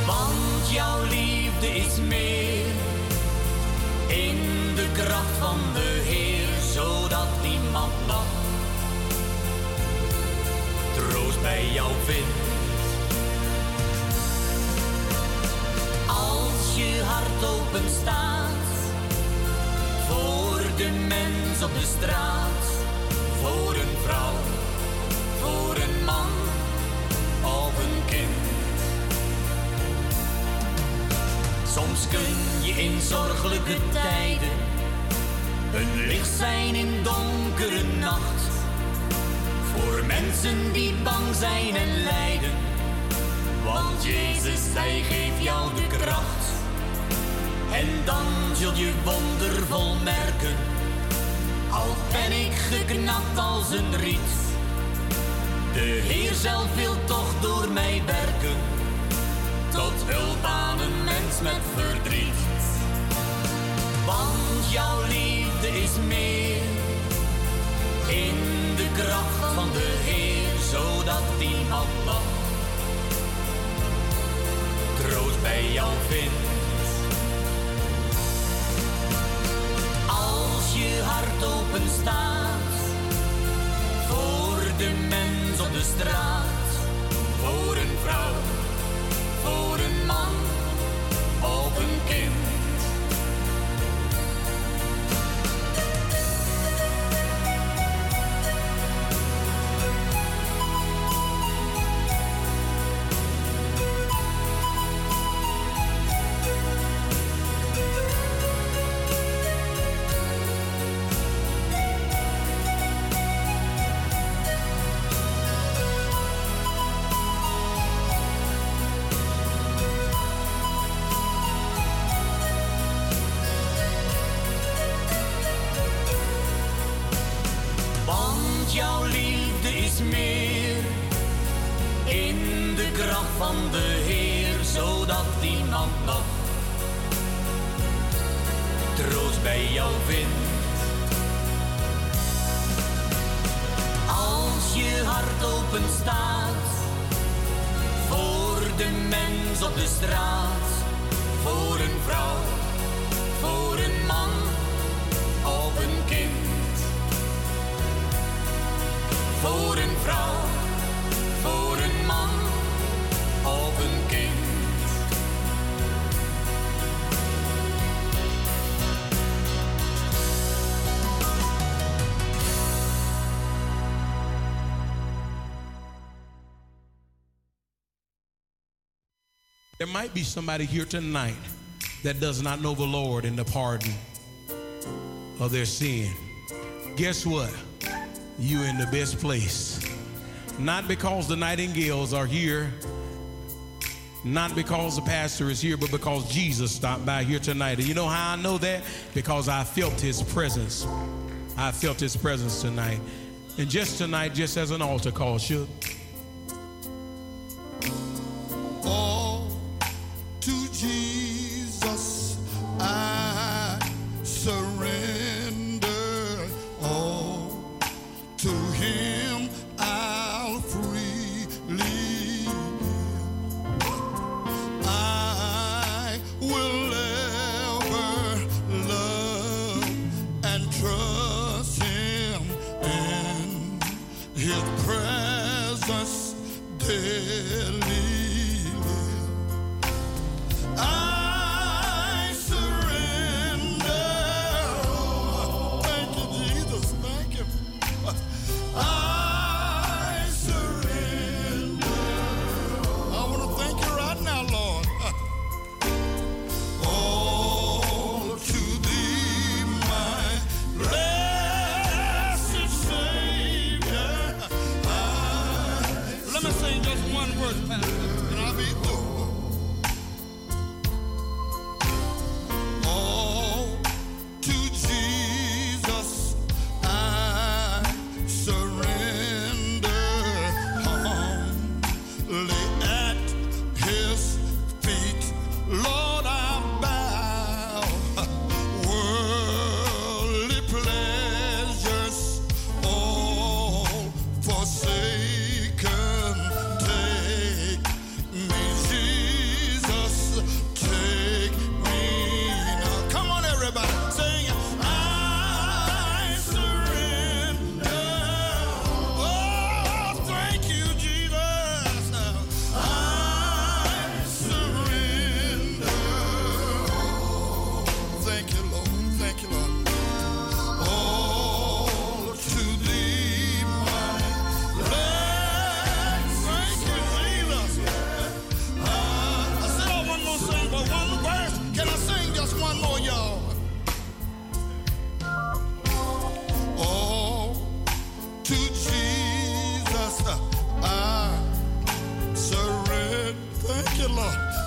Want jouw liefde is meer in de kracht van de Heer, zodat niemand nog troost bij jou vindt. Als je hart open staat voor de mens op de straat, voor een vrouw, voor een man of een kind. Soms kun je in zorgelijke tijden een licht zijn in donkere nacht. Voor mensen die bang zijn en lijden, want Jezus, hij geeft jou de kracht. En dan zul je wondervol merken, al ben ik geknapt als een riet. De Heer zelf wil toch door mij werken, tot hulp aan een mens met verdriet. Want jouw liefde is meer in de kracht van de Heer, zodat niemand nog troost bij jou vindt. Als je hart open staat voor de mens op de straat, voor een vrouw, voor een man of een kind. Jouw liefde is meer in de kracht van de Heer, zodat niemand nog troost bij jou vindt. Als je hart open staat voor de mens op de straat, voor een vrouw, voor een man of een kind. Voor een vrouw, voor een man of een kind. There might be somebody here tonight that does not know the Lord and the pardon of their sin. Guess what? You're in the best place. Not because the Nightingales are here, not because the pastor is here, but because Jesus stopped by here tonight. And you know how I know that? Because I felt his presence. I felt his presence tonight. And just tonight, just as an altar call should. All to Jesus I surrender. All to him I'll freely give. I will ever love and trust him in his presence daily live.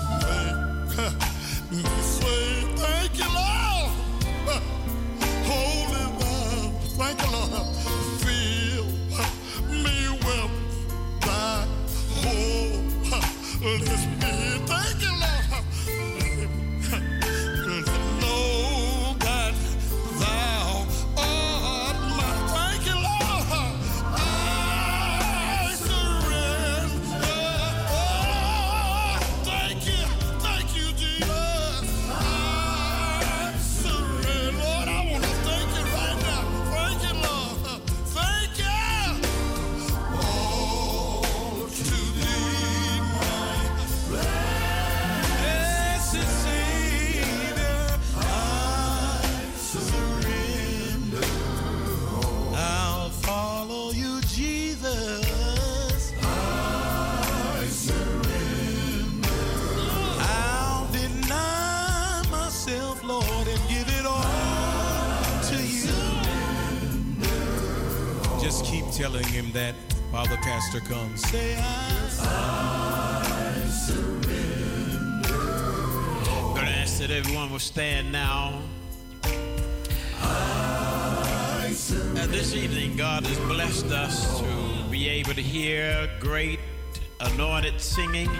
me say, thank you, Lord. Holy God, thank you, Lord. Fill me with thy Holy Spirit. Thank you, Lord. Know that thou art mine. Thank you, Lord. I surrender. Thank you, Jesus. I surrender. Lord, I want to thank you right now. Thank you, Lord. Thank you. All to thee, my blessed Savior, I surrender. I'll follow you, Jesus. I surrender. I'll deny myself, Lord, and give it all to you. Just keep telling him that while the pastor comes. Say, I surrender. I'm going to ask that everyone will stand now. I surrender. This evening, God has blessed us to be able to hear great anointed singing.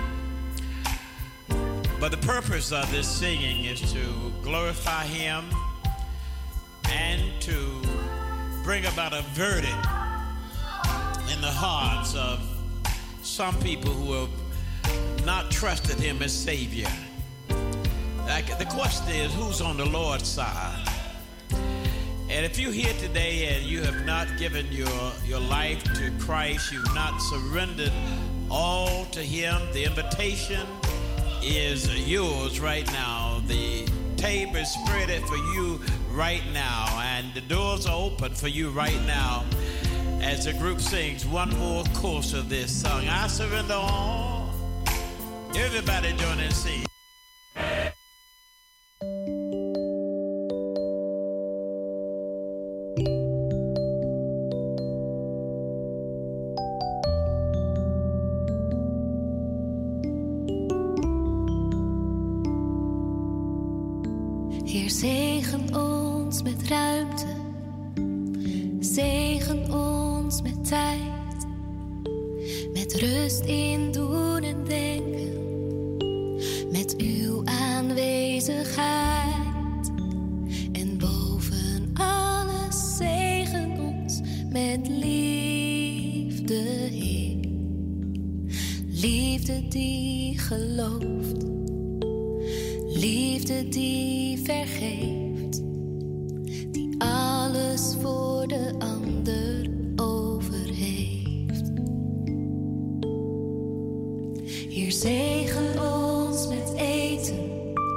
But the purpose of this singing is to glorify Him and to bring about a verdict in the hearts of some people who have not trusted Him as Savior. The question is, who's on the Lord's side? And if you're here today and you have not given your life to Christ, you've not surrendered all to Him, the invitation is yours right now. The table is spread for you right now, and the doors are open for you right now as the group sings one more course of this song. I surrender all. Everybody join in and sing. Heer, zegen ons met ruimte, zegen ons met tijd, met rust in doen en denken, met uw aanwezigheid. En boven alles zegen ons met liefde, Heer. Liefde die gelooft, liefde die vergeeft, die alles voor de ander over heeft. Heer, zegen ons met eten,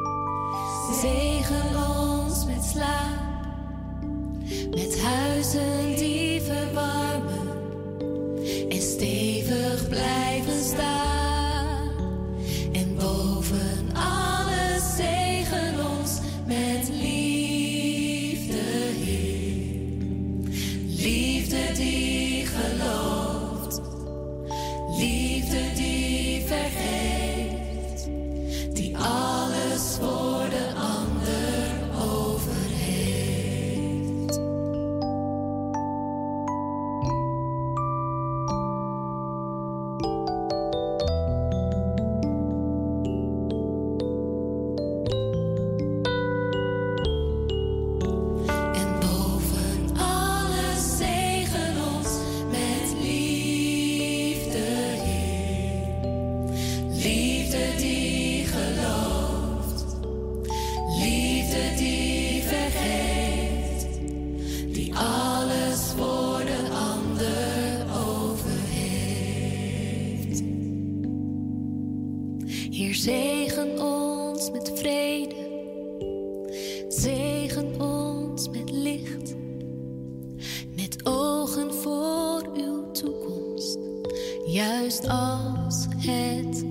zegen ons met slaap, met huizen die verwarmen en stevig blijven staan. En boven alles zegen ons met liefde, Heer. Liefde die gelooft, liefde die vergeeft, die alles voor de ander over heeft. En boven alles zegen ons met liefde, Heer. Liefde die gelooft, liefde die vergeeft, die alles voor de ander over heeft. Heer, zegen ons met vrede, zegen ons met licht, met ogen voor uw toekomst, juist als het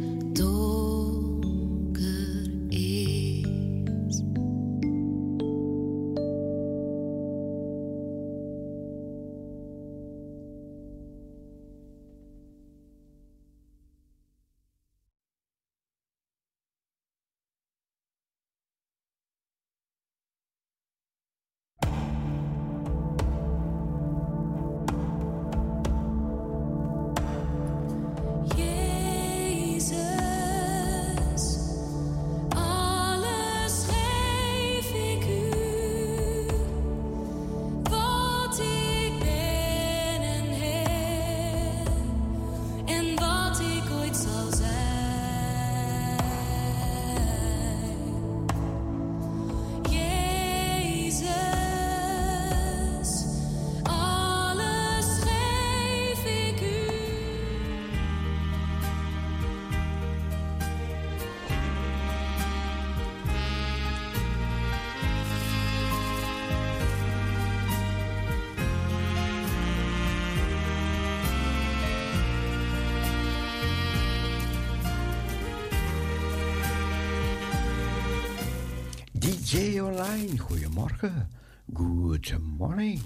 J Online, goedemorgen. Good morning.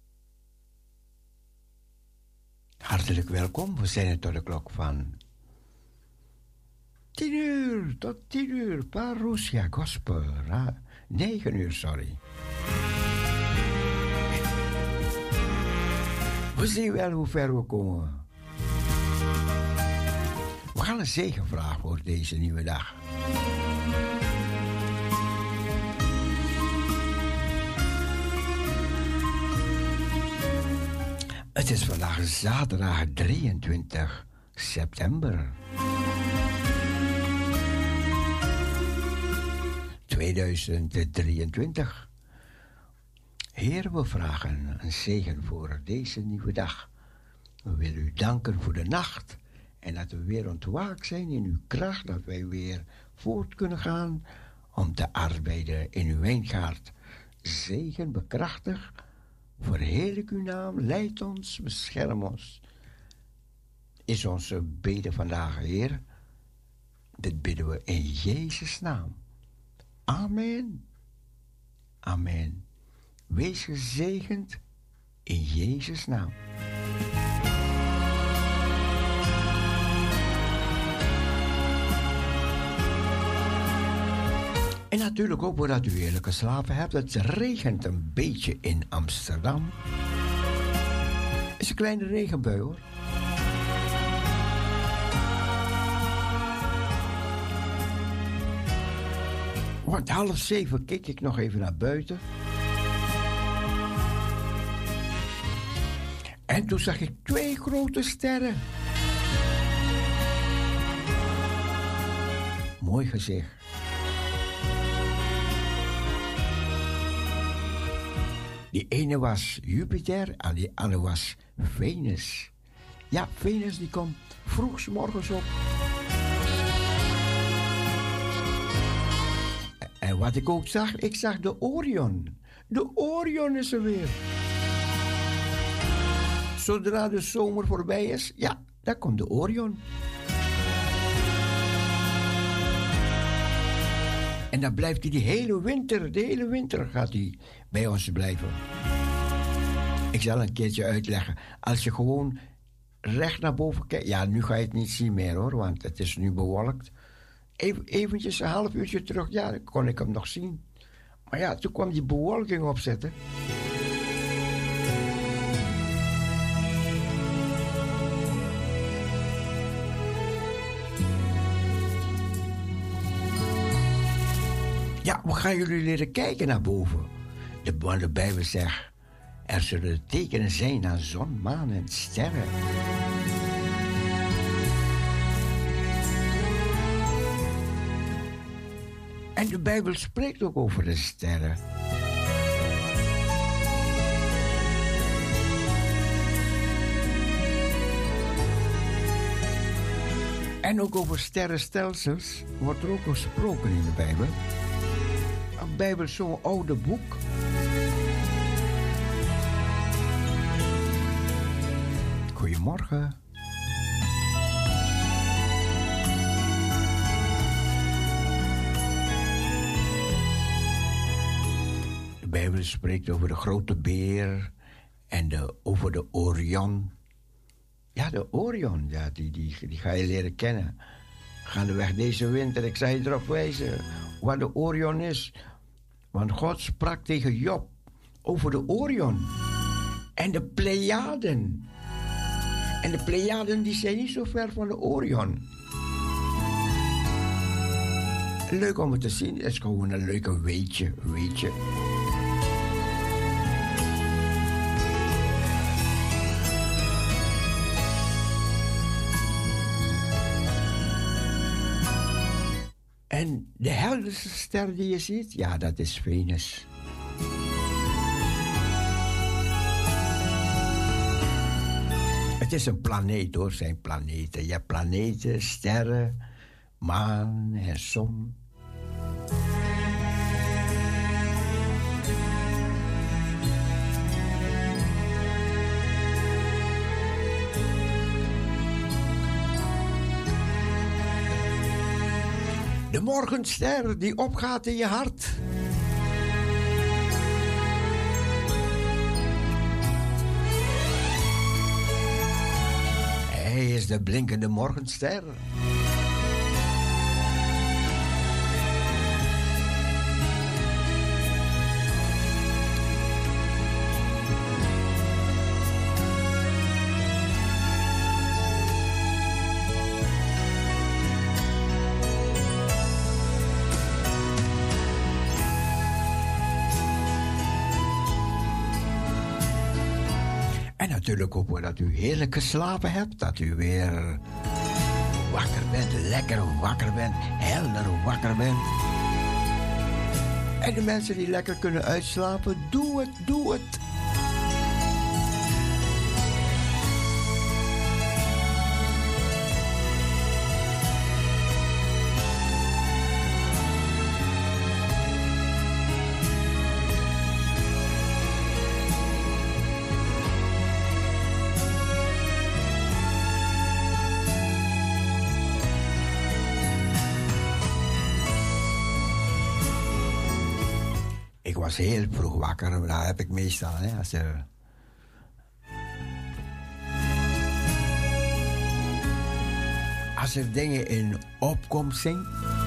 Hartelijk welkom. We zijn er tot de klok van 10 uur tot 10 uur. Parousia Gospel. 9 uur, sorry. We zien wel hoe ver we komen. We gaan een zegen vragen voor deze nieuwe dag. Het is vandaag zaterdag 23 september 2023. Heer, we vragen een zegen voor deze nieuwe dag. We willen u danken voor de nacht en dat we weer ontwaakt zijn in uw kracht, dat wij weer voort kunnen gaan om te arbeiden in uw wijngaard. Zegen, bekrachtig, verheerlijk uw naam, leid ons, bescherm ons. Is onze bede vandaag, Heer. Dit bidden we in Jezus' naam. Amen. Amen. Wees gezegend in Jezus' naam. En natuurlijk ook voordat u heerlijk geslapen hebt. Het regent een beetje in Amsterdam. Het is een kleine regenbui, hoor. Want 6:30 keek ik nog even naar buiten. En toen zag ik 2 grote sterren. Mooi gezicht. Die ene was Jupiter en die andere was Venus. Ja, Venus die komt vroeg 's morgens op. En wat ik ook zag, ik zag de Orion. De Orion is er weer. Zodra de zomer voorbij is, ja, dan komt de Orion. En dan blijft hij de hele winter gaat hij bij ons blijven. Ik zal een keertje uitleggen. Als je gewoon recht naar boven kijkt, ja, nu ga je het niet zien meer, hoor, want het is nu bewolkt. Eventjes een half uurtje terug, ja, dan kon ik hem nog zien. Maar ja, toen kwam die bewolking opzetten. Ja, we gaan jullie leren kijken naar boven. De Bijbel zegt, er zullen tekenen zijn aan zon, maan en sterren. En de Bijbel spreekt ook over de sterren. En ook over sterrenstelsels wordt er ook gesproken in de Bijbel. De Bijbel is zo'n oude boek. Goedemorgen. De Bijbel spreekt over de grote beer en over de Orion. Ja, de Orion, ja, die ga je leren kennen. Gaandeweg deze winter, ik zal je erop wijzen wat de Orion is. Want God sprak tegen Job over de Orion en de Pleiaden. En de Pleiaden die zijn niet zo ver van de Orion. Leuk om het te zien, het is gewoon een leuke weetje. En de helderste ster die je ziet, ja, dat is Venus. Het is een planeet, hoor, zijn planeten. Je hebt planeten, sterren, maan en zon. De morgenster die opgaat in je hart. is de blinkende morgenster. Natuurlijk hopen we dat u heerlijk geslapen hebt. Dat u weer wakker bent, lekker wakker bent, helder wakker bent. En de mensen die lekker kunnen uitslapen, doe het, doe het. Ik was heel vroeg wakker, daar heb ik meestal, hè, als er dingen in opkomst zijn.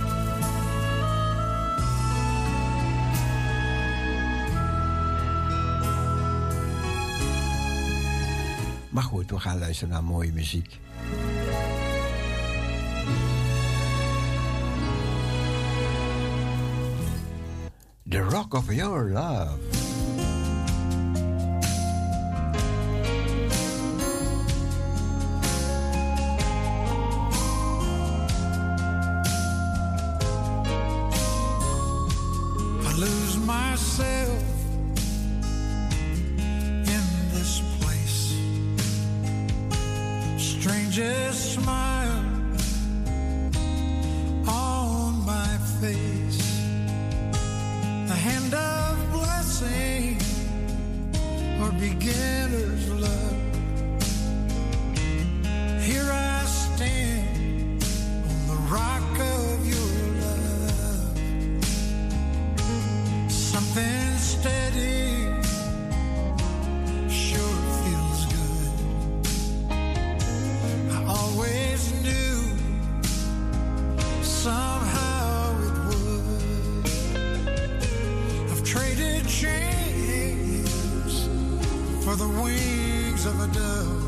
Maar goed, we gaan luisteren naar mooie muziek. The Rock of Your Love. I lose myself in this place. Strangest smile on my face. The hand of blessing or beginner's love. Here I stand on the rock of your love. Something steady sure feels good. I always knew somehow it would. I've traded chains for the wings of a dove.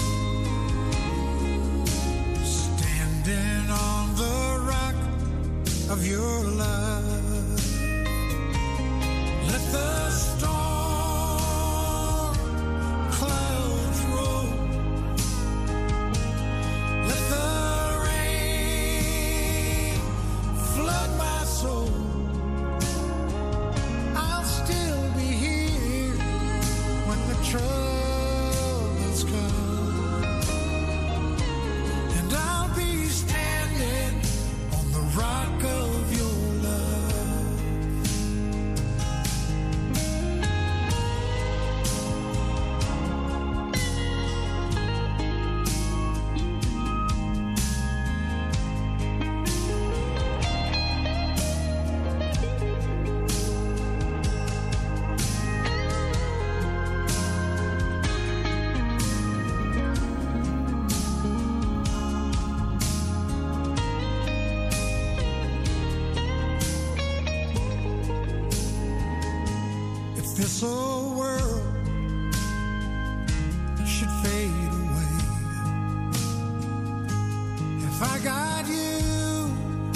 Standing on the rock of your love. Let the storm clouds roll. Let the rain flood my soul. I'll still be here when the troubles come. And I'll be standing on the rock of your love. If this whole world should fade away, if I got you,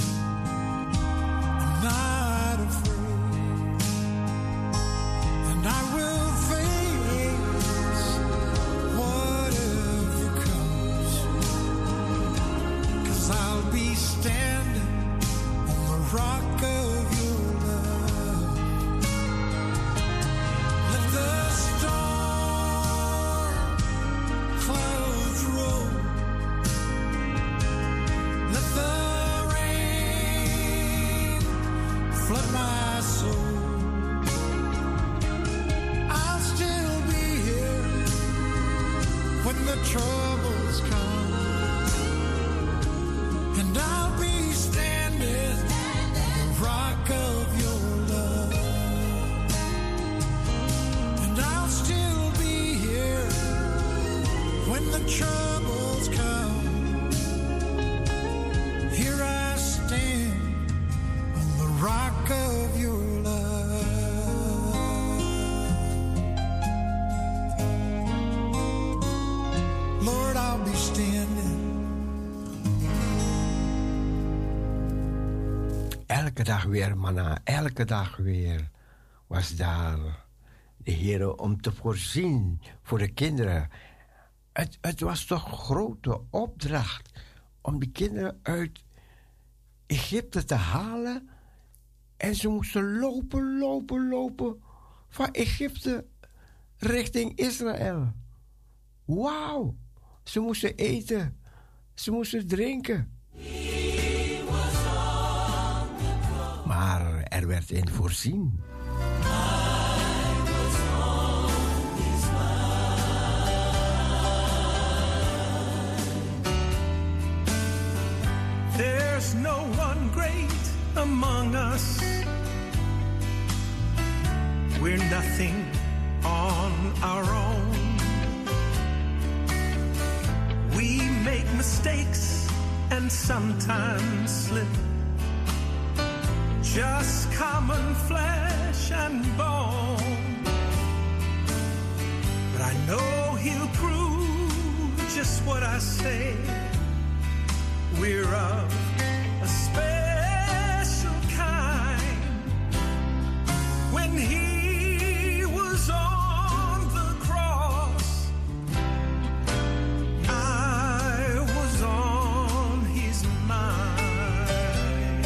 I'm not afraid, and I will face whatever comes, 'cause I'll be standing on the rock of your love. Let the storm clouds roll. Let the rain flood my soul. I'll still be here when the troubles come, and I'll be standing on the rock of your love. And I'll still be here when the troubles come, elke dag weer manna, elke dag weer was daar de Heer om te voorzien voor de kinderen. Het was toch een grote opdracht om de kinderen uit Egypte te halen. En ze moesten lopen van Egypte richting Israël. Wauw! Ze moesten eten. Ze moesten drinken. Maar er werd in voorzien. There's no one great among us. We're nothing on our own. We make mistakes and sometimes slip. Just common flesh and bone. But I know he'll prove just what I say. We're of a special kind. When he was on the cross, I was on his mind.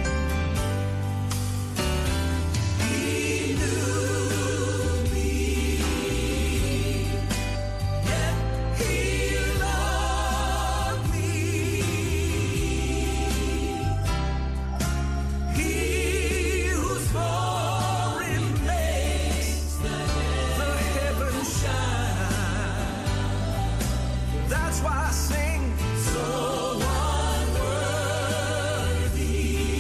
He knew me, yet he loved me. He whose glory makes the heavens shine. That's why I sing so unworthy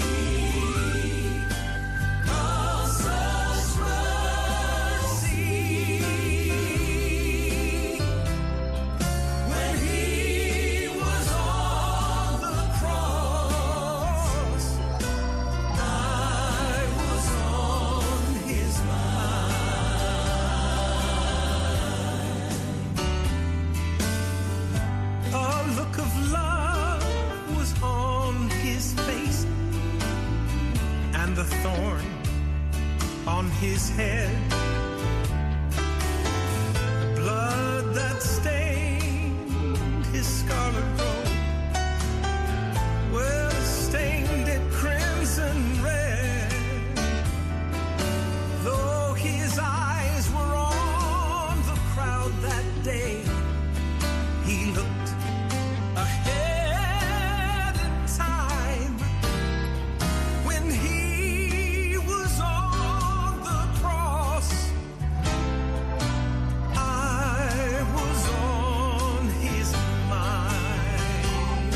of such mercy. When he was on the cross, I was on his mind. A look of love was on his face, and the thorn on his head. Blood that stained his scarlet robe, well, stained it crimson red. Though his eyes were on the crowd that day, he looked ahead in time. When he was on the cross, I was on his mind.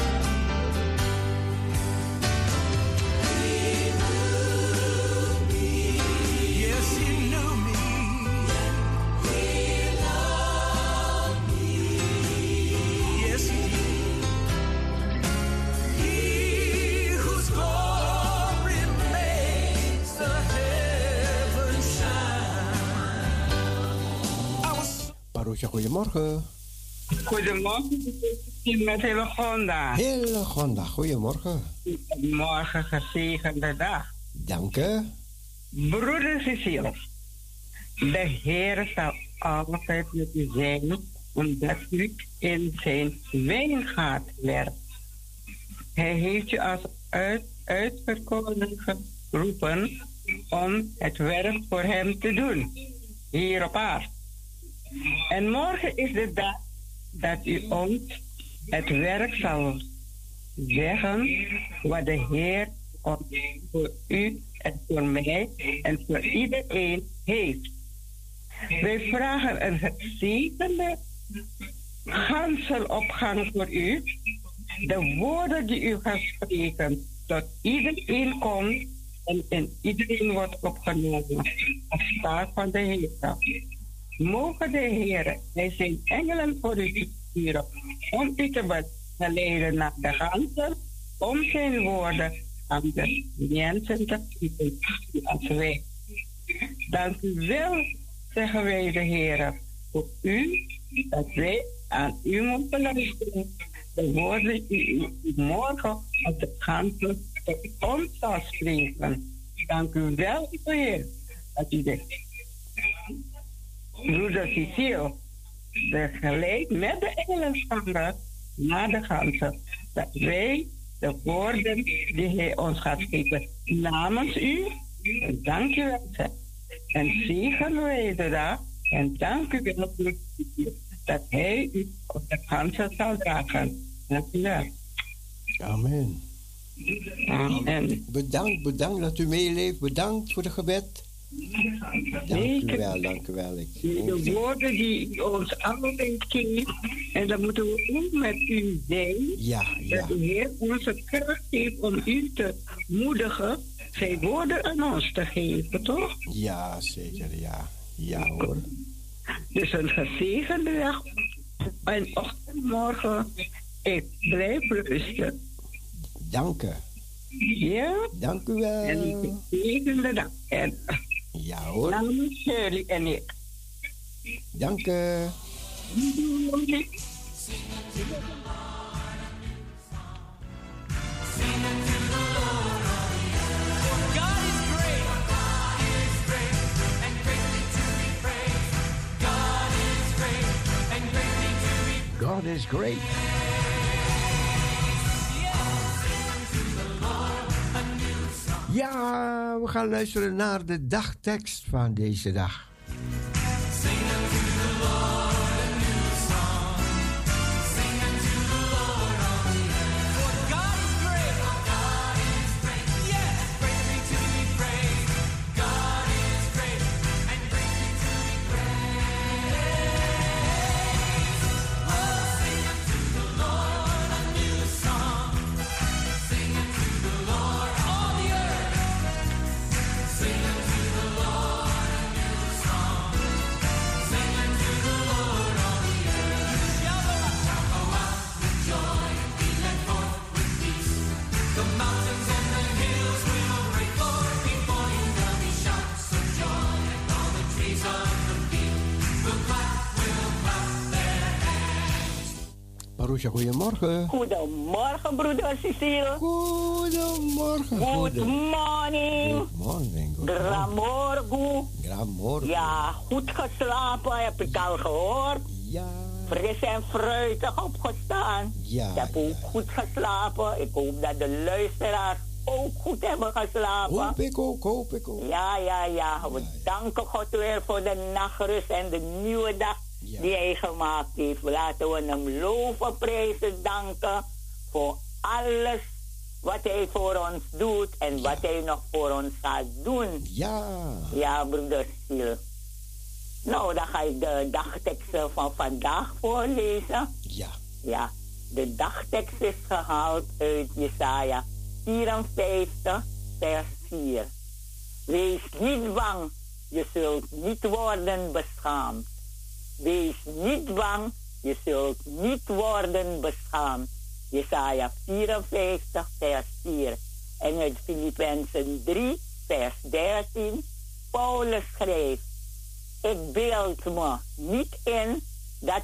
He knew me. Yes, he knew me. He loved me. Yes, he did. He whose glory makes the heavens shine. I was Paroesje, goedemorgen. Goedemorgen, met Hillegonda. Hillegonda, goedemorgen. Morgen gezegende dag. Dank u. Broeder Cecile, de Heer zal altijd met u zijn, omdat u in zijn wijngaard werkt. Hij heeft u als uitverkoren geroepen om het werk voor hem te doen, hier op aarde. En morgen is de dag dat u ons het werk zal zeggen wat de Heer ons voor u en voor mij en voor iedereen heeft. Wij vragen een gezegende ganselopgang voor u. De woorden die u gaat spreken tot iedereen komt en iedereen wordt opgenomen als taak van de Heer. Mogen de Heer en zijn engelen voor u sturen om u te begeleiden naar de ganzen, om zijn woorden aan de mensen te geven als wij. Dank u wel, zeggen wij de Heer, voor u, dat wij aan u moeten luisteren. De woorden die u morgen op de ganzen ons zal spreken. Dank u wel, Heer, dat u dit. Broeder Cecile, geleid met de engelsganger naar de ganzen, dat wij de woorden die hij ons gaat geven namens u, dank u wel, en zegen wij de dag, en dank u wel, dat hij u op de ganzen zal dragen. Dank u wel. Amen. Amen. Bedankt dat u meeleeft. Bedankt voor het gebed. Dank u wel. De woorden die u ons altijd geeft, en dat moeten we ook met u zijn. Ja. Dat de Heer onze kracht heeft om u te moedigen, zijn woorden aan ons te geven, toch? Ja, zeker, ja. Ja hoor. Dus een gezegende dag en ochtendmorgen. Ik blijf rusten. Dank u. Ja? Dank u wel. En een gezegende dag. En ja hoor. namens Shirley en ik. Dank u. God is great. Ja, we gaan luisteren naar de dagtekst van deze dag. Marusha, goedemorgen. Goedemorgen, broeder Cecile. Goedemorgen. Good morning. Good morning. Gramorgo. Ja, goed geslapen, heb ik al gehoord. Ja. Fris en fruitig opgestaan. Ja. Ik heb ook goed geslapen. Ik hoop dat de luisteraars ook goed hebben geslapen. Hoop ik ook. Ja. We danken God weer voor de nachtrust en de nieuwe dag. Ja. Die hij gemaakt heeft. Laten we hem loven, prijzen, danken voor alles wat hij voor ons doet en wat hij nog voor ons gaat doen. Ja, broeder Siel. Nou, dan ga ik de dagteksten van vandaag voorlezen. Ja, de dagtekst is gehaald uit Jesaja 54, vers 4. Wees niet bang, je zult niet worden beschaamd. Wees niet bang, je zult niet worden beschaamd. Jesaja 54, vers 4. En uit Filippenzen 3, vers 13. Paulus schreef: ik beeld me niet in dat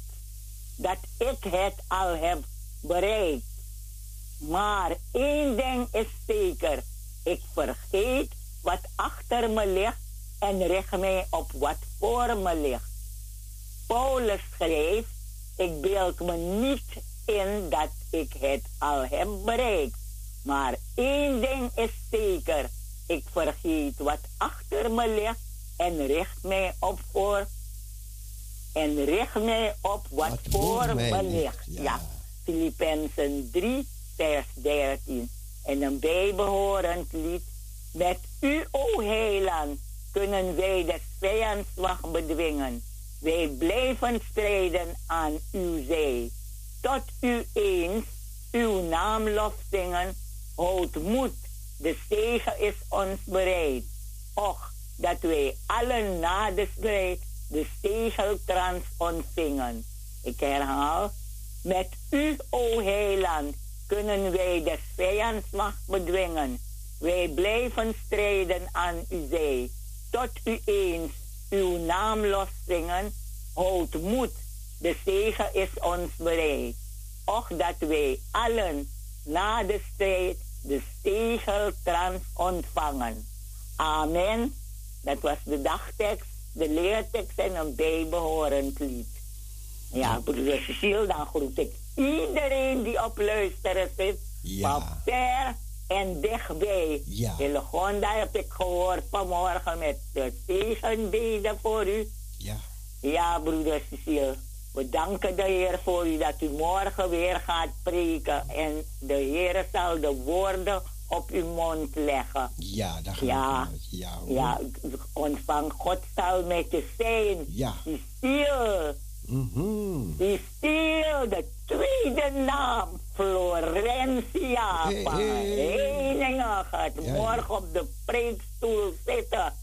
ik het al heb bereikt. Maar één ding is zeker. Ik vergeet wat achter me ligt en richt mij op wat voor me ligt. Paulus schreef: ik beeld me niet in dat ik het al heb bereikt. Maar één ding is zeker. Ik vergeet wat achter me ligt en richt mij op wat voor me ligt. Ja. Filippenzen 3, vers 13. En een bijbehorend lied. Met u, o heiland, kunnen wij de vijandsmacht bedwingen. Wij blijven strijden aan uw zij. Tot u eens uw naamlof zingen. Houd moed, de zege is ons bereid. Och, dat wij allen na de strijd de zegelkrans ontvingen. Ik herhaal. Met u, o heiland, kunnen wij de vijandsmacht bedwingen. Wij blijven strijden aan uw zij. Tot u eens uw naamlof zingen. Houd moed, de zege is ons bereid. Och, dat wij allen na de strijd de zegelkrans ontvangen. Amen. Dat was de dagtekst, de leertekst en een bijbehorend lied. Ja, broeder Cecile, dan groet ik iedereen die op luisteren zit. Van ver en dichtbij. Hillegonda heb ik gehoord vanmorgen met de zegenbeden voor u. Ja, broeder Cecile. We danken de Heer voor u dat u morgen weer gaat preken. En de Heer zal de woorden op uw mond leggen. Ja, dat gaat ontvang. God zal met je zijn. Ja. Cecile. Cecile, de tweede naam. Florencia van Heiningen gaat morgen op de preekstoel zitten.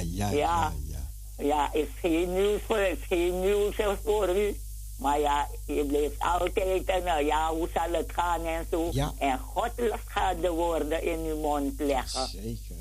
Ja, is geen nieuws voor u. Maar ja, je blijft altijd hoe zal het gaan en zo. Ja. En God gaat de woorden in uw mond leggen. Zeker.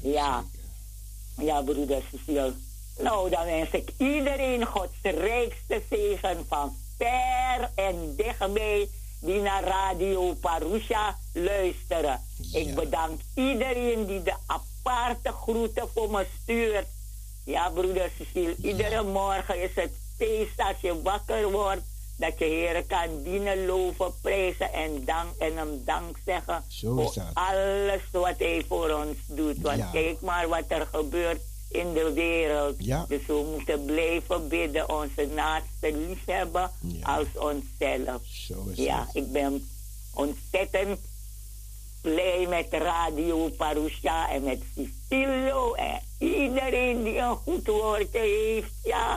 Ja, broeder Cecile. Nou, dan wens ik iedereen Gods rijkste zegen van ver en dichtbij die naar Radio Parusha luisteren. Ja. Ik bedank iedereen die de aparte groeten voor me stuurt. Ja, broeder Cecile, iedere morgen is het feest als je wakker wordt. Dat je Heer kan dienen, loven, prijzen en hem dank zeggen. Voor alles wat hij voor ons doet. Want kijk maar wat er gebeurt in de wereld. Ja. Dus we moeten blijven bidden, onze naasten liefhebben als onszelf. Ik ben ontzettend blij met Radio Parusha en met Cecilio en iedereen die een goed woordje heeft.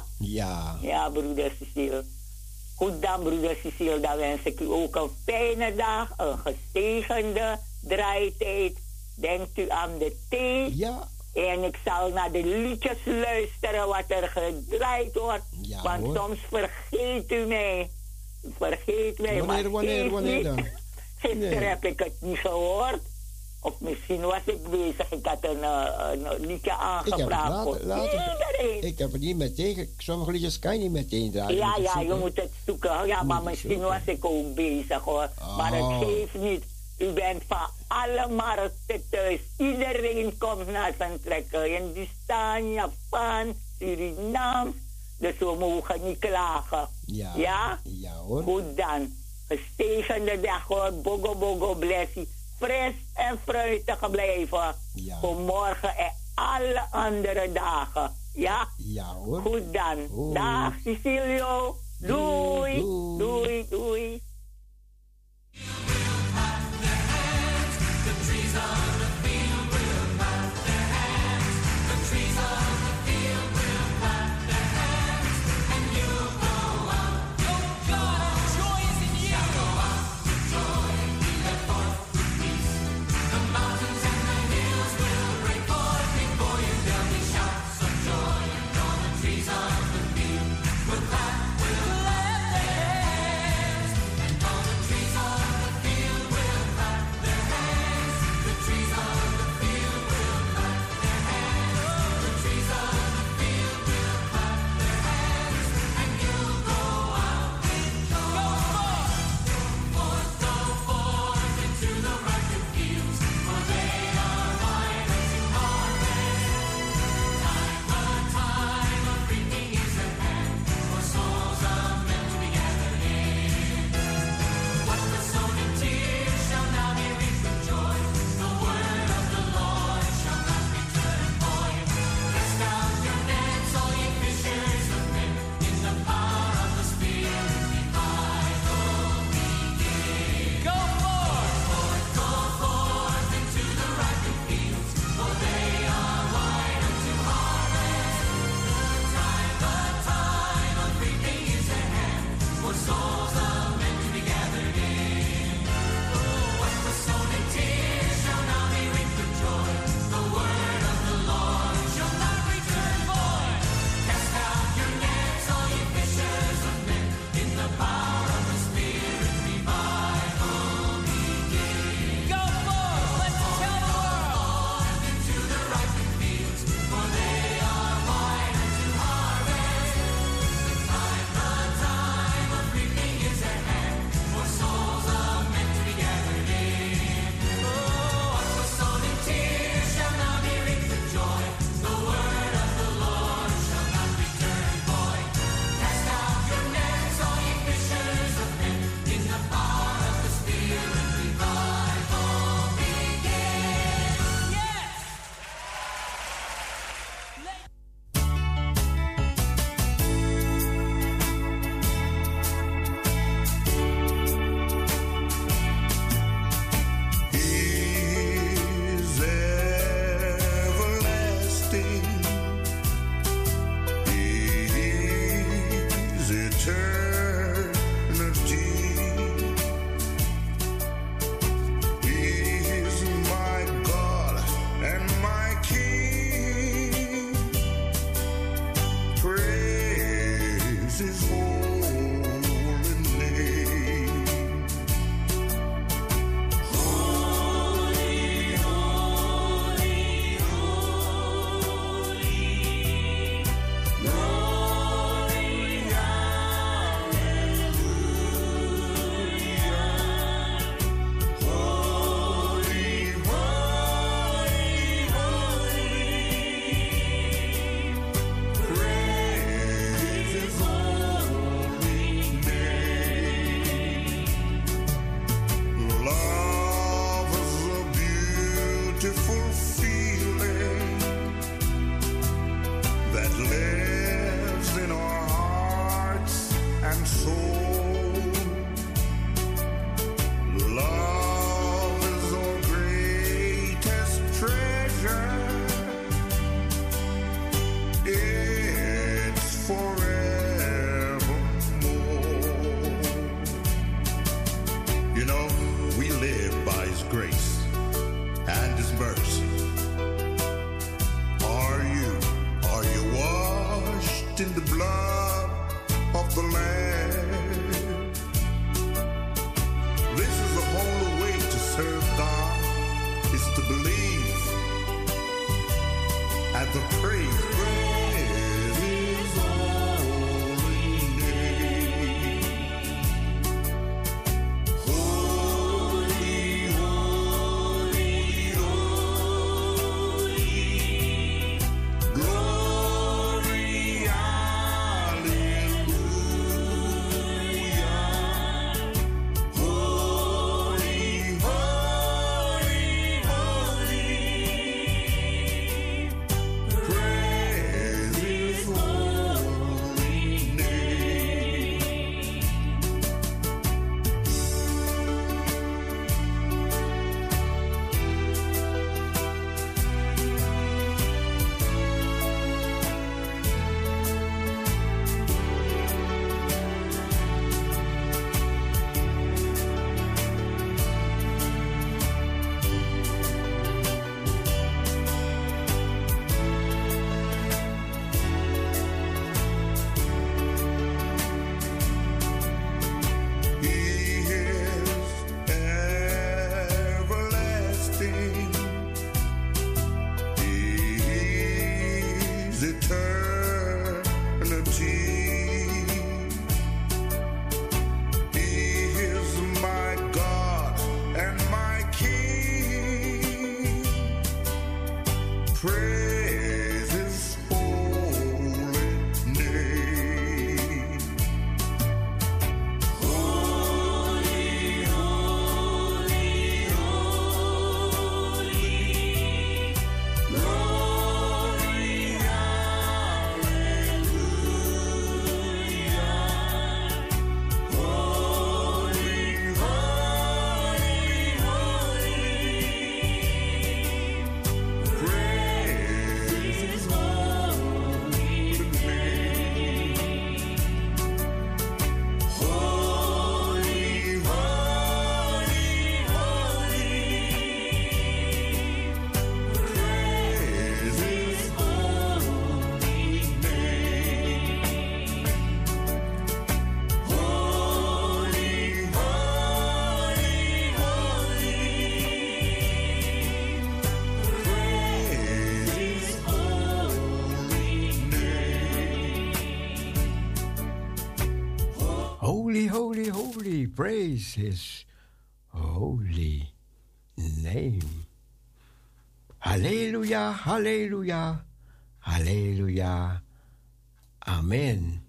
Ja, broeder Cecile. Goed dan, broeder Cecile, dan wens ik u ook een fijne dag, een gezegende draaitijd. Denkt u aan de thee? Ja. En ik zal naar de liedjes luisteren wat er gedraaid wordt. Ja, want hoor. Soms vergeet u mij. Vergeet mij. Wanneer dan? Gisteren heb ik het niet gehoord. Of misschien was ik bezig. Ik had een liedje aangevraagd voor iedereen. Ik heb het niet meteen. Sommige liedjes kan je niet meteen draaien. Ja, je moet het zoeken. Ja, maar misschien was ik ook bezig hoor. Maar het geeft niet. U bent van alle markten thuis. Iedereen komt naar zijn trekken. Hindustan, Japan, Suriname. Dus we mogen niet klagen. Ja? Ja hoor. Goed dan. Gezegende dag hoor. Bogo bogo blessie. Fris en fruitig blijven. Ja. Voor morgen en alle andere dagen. Ja? Ja hoor. Goed dan. Hoi. Dag Cecilio. Doei. Doei. Doei. got to praise. Praise His holy name. Holy, holy, holy. Glory, hallelujah. Holy, holy, holy. Praise His holy name. He is everlasting. He's eternity. He is my God and my King. Praise His holy name. Holy, holy, holy. Glory, hallelujah. Holy, holy, holy. Praise His holy name. Holy, holy, holy. Praise His holy name. Holy, holy, holy. Praise His holy name. Holy, holy, holy. Praise His holy name. Hallelujah, hallelujah, hallelujah. Amen.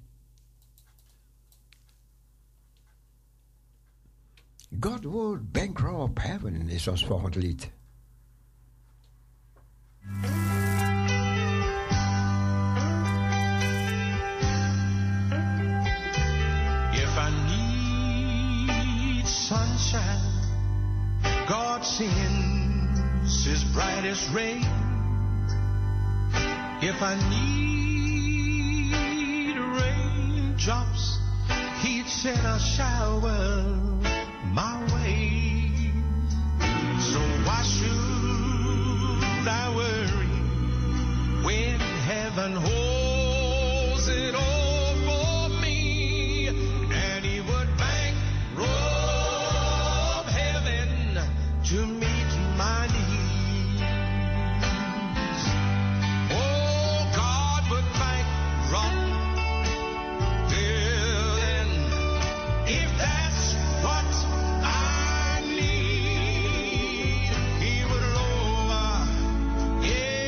God would bankrupt heaven is ons volgende lied. If I need sunshine, God sends His brightest ray. If I need raindrops, He'd send a shower my way. So why should I worry when heaven holds it all for me? And He would bankrupt heaven to meet my needs. Oh, God would bankrupt heaven if that's what I need. He would lower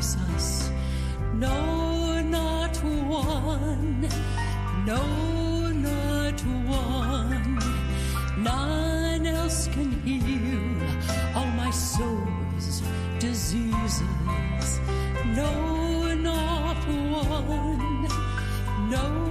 Jesus. No, not one. No, not one. None else can heal all my soul's diseases. No, not one. No.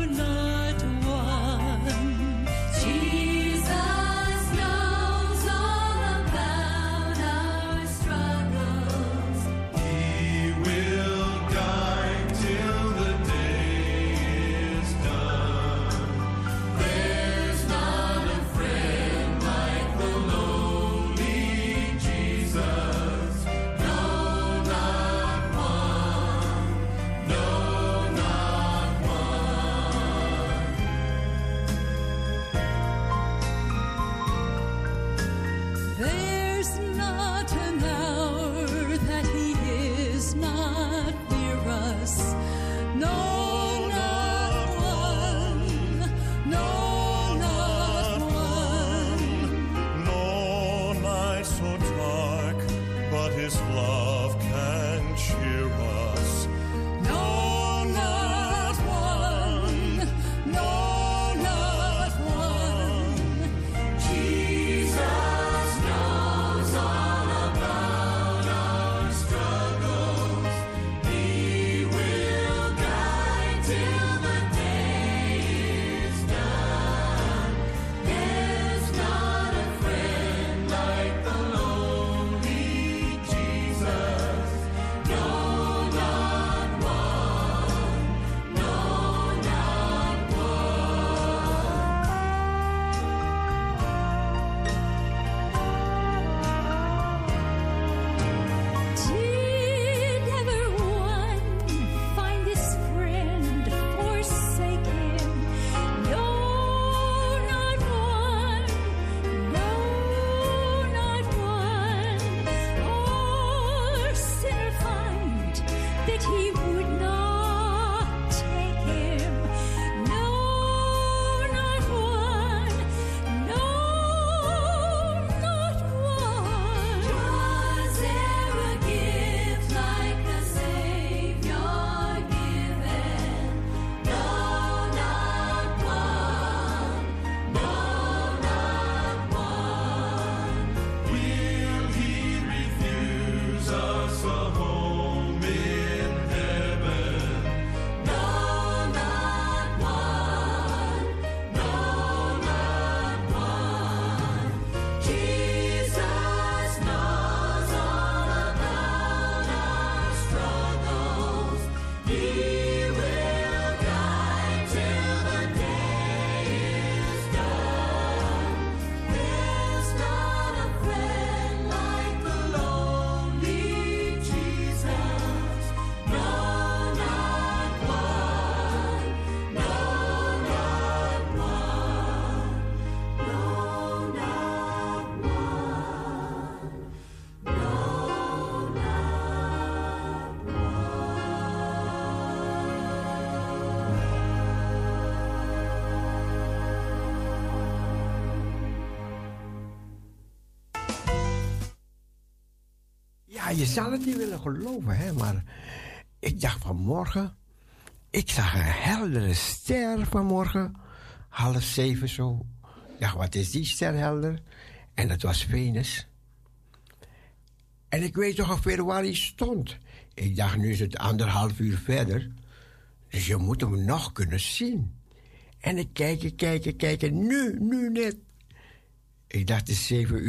Je zal het niet willen geloven, hè, maar ik dacht vanmorgen, ik zag een heldere ster vanmorgen, 6:30 zo. Ik dacht, wat is die ster helder? En dat was Venus. En ik weet toch ongeveer waar hij stond. Ik dacht, nu is het 1,5 uur verder, dus je moet hem nog kunnen zien. En ik kijk, nu net. Ik dacht, het is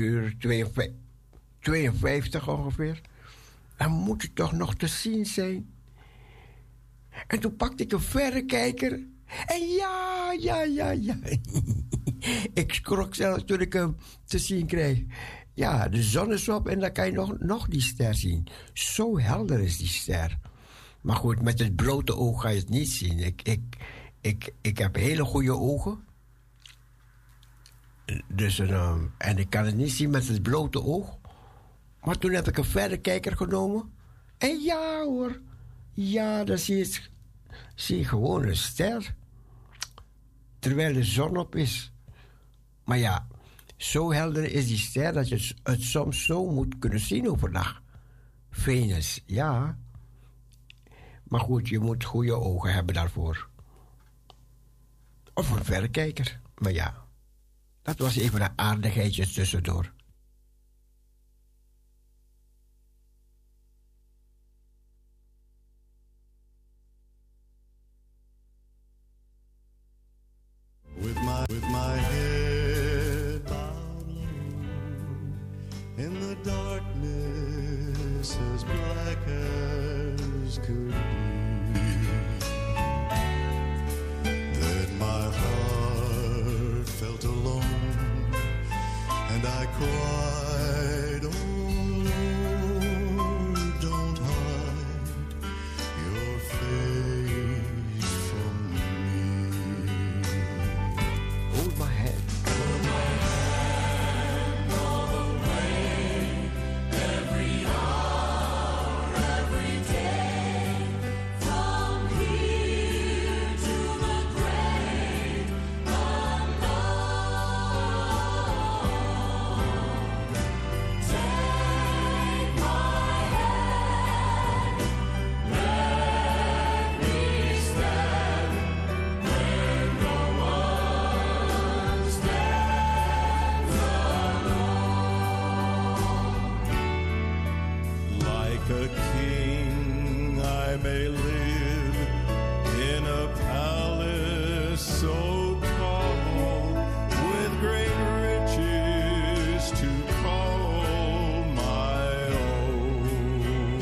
7:52 ongeveer. Dan moet het toch nog te zien zijn. En toen pakte ik een verrekijker. En ja. Ik schrok zelfs toen ik hem te zien kreeg. Ja, de zon is op en dan kan je nog die ster zien. Zo helder is die ster. Maar goed, met het blote oog ga je het niet zien. Ik heb hele goede ogen. Dus, en ik kan het niet zien met het blote oog. Maar toen heb ik een verrekijker genomen. En ja hoor. Ja, dan zie je gewoon een ster. Terwijl de zon op is. Maar ja, zo helder is die ster dat je het soms zo moet kunnen zien overdag. Venus, ja. Maar goed, je moet goede ogen hebben daarvoor. Of een verrekijker. Maar ja, dat was even een aardigheidje tussendoor. With my head bowed low in the darkness as black as could be, then my heart felt alone and I cried, oh Lord, don't hide your face from me. Hold my hand. All the way, every hour, every day, from here to the grave, unknown. Take my hand, let me stand where no one stands alone. Like a king, I may live in a palace so tall, with great riches to call my own.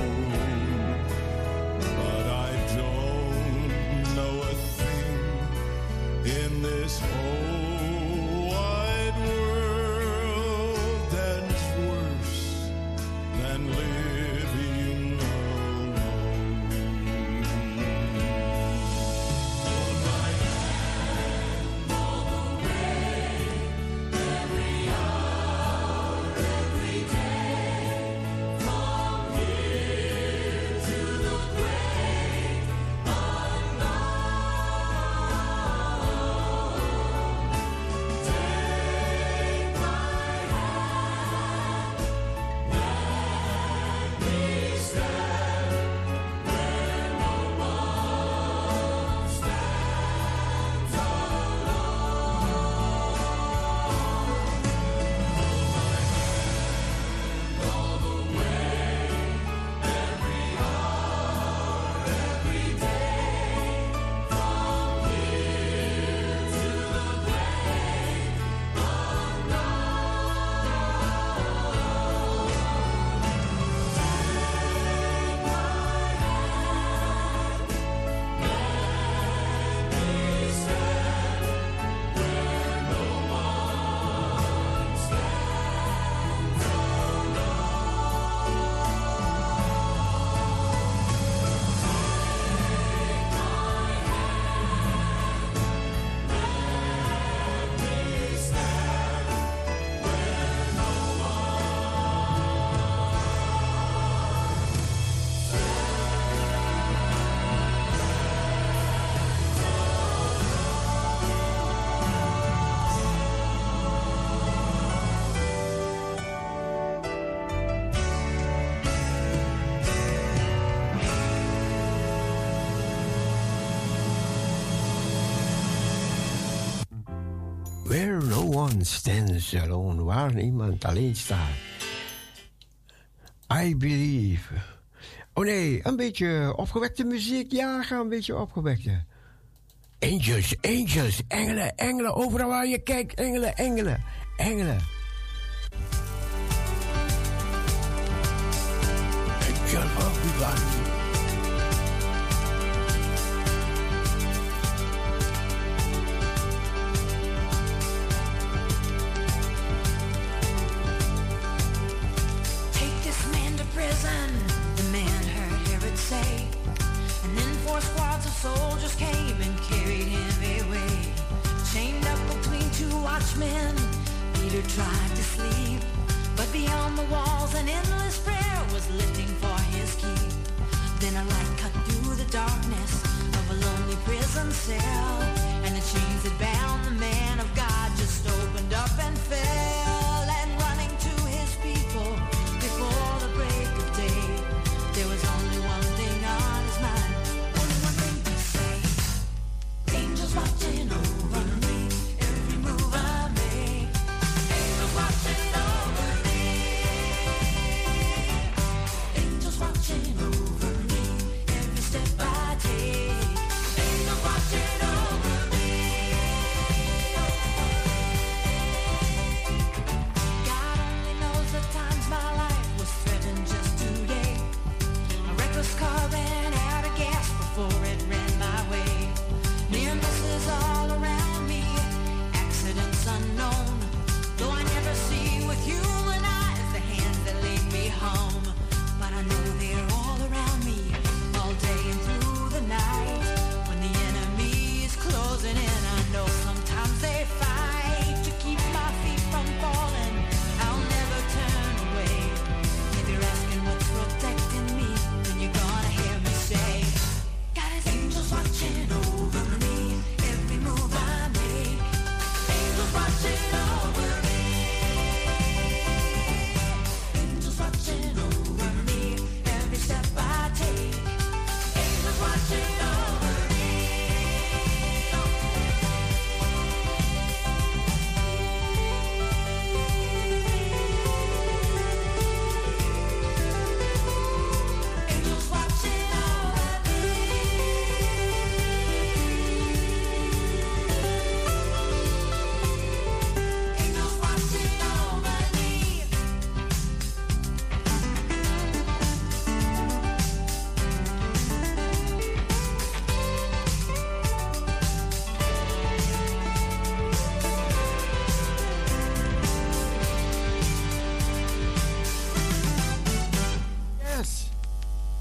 But I don't know a thing in this whole wide world that's worse than living alone. Hold my hand all the way, every hour, every day, from here to the grave, unknown. Take my hand, let me stand where no one stands alone. All the way, every hour, every day, from here to the grave, Where no one stands alone. Waar niemand alleen staat. I believe. Oh nee, een beetje opgewekte muziek. Ja, ga een beetje opgewekte. Angels, angels, engelen, engelen. Overal waar je kijkt, engelen, engelen, engelen. Angel of God. Take this man to prison, the man heard Herod say. And then 4 squads of soldiers came and carried him away. Chained up between 2 watchmen, Peter tried to sleep. But beyond the walls an endless prayer was lifting for his keep. Then a light cut through the darkness of a lonely prison cell. And the chains that bound the man of God just opened up and fell. And running to his people before the break of day, there was only one thing on his mind.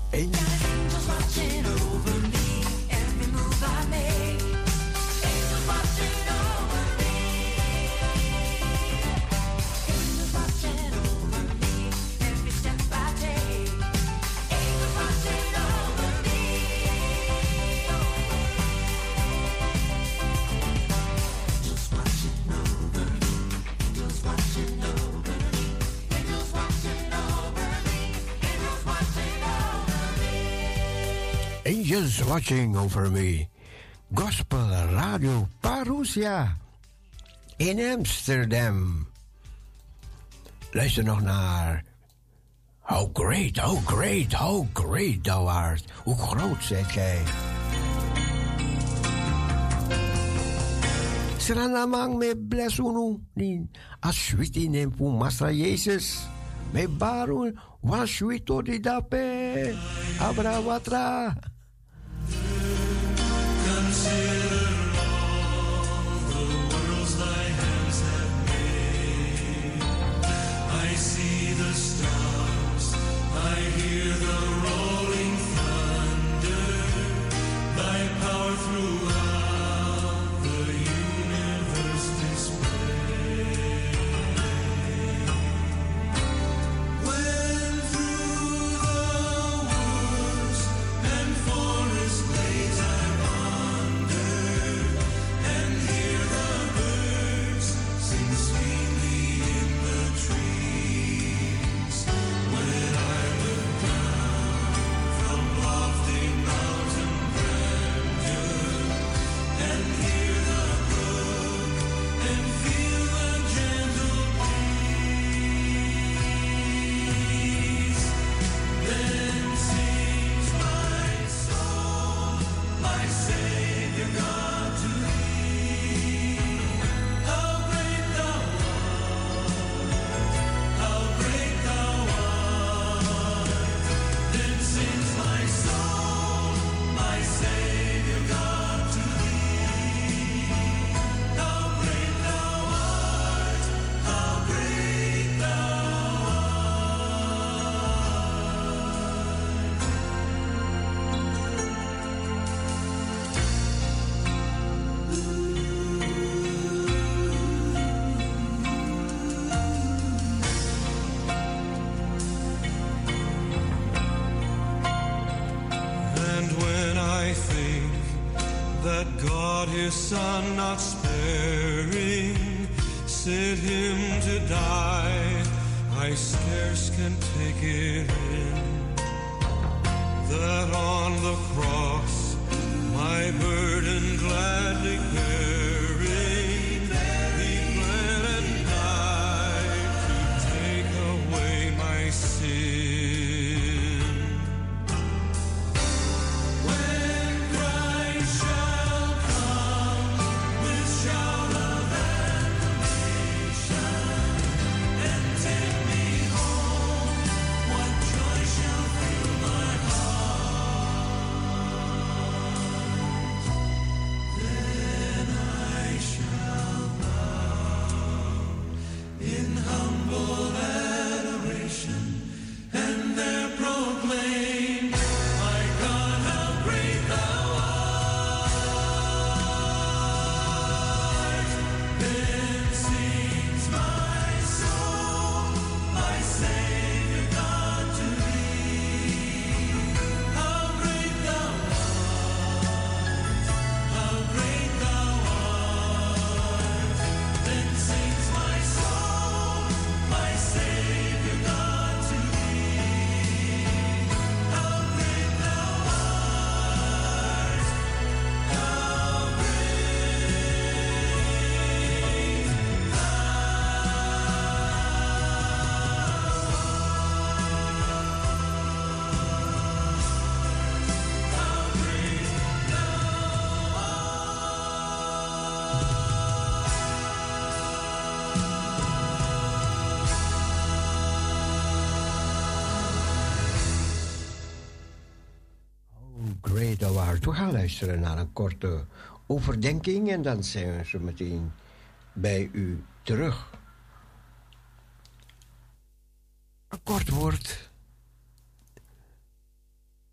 Angels watching over me, every move I make. Angels watching over me. Angels watching over me, every step I take. Angels watching over me. Angels watching over me. Angels watching over me. Angels watching over me. Angels watching over me. Angels watching over me. Gospel Radio Parousia in Amsterdam. Luister nog naar How great, how great, how great thou art. Hoe groot zijt gij. Seranamang me blessunu ni aswiti nempu Master Jezus. Me baru waswito di dape abrawatra. Consider all the worlds thy hands have made. I see the stars, I hear the rolling thunder, thy power throughout the universe displayed. When through the woods and forest glades I wander and hear the birds sing sweetly in the trees. When I look down from lofty mountain grandeur and hear the brook and feel the gentle breeze, then sings my soul, my Savior God to thee. How great thou art, how great thou art. Then sings my soul, my Savior God to thee. How great thou art, how great thou art. And when I think that God his Son not sparing sent him to die, I scarce can take it in that on the cross my burden gladly bearing, he bled and died to take away my sin. When Christ shall come with shout of acclamation and take me home, what joy shall fill my heart? Then I shall bow in humble adoration and there proclaim, my God, how great thou art. Then sings my soul, my Savior God to thee. How great thou art, how great thou art. Then sings my soul, my Savior God to thee. How great thou art, how Great thou art. We gaan luisteren naar een korte overdenking en dan zijn we zo meteen bij u terug. Een kort woord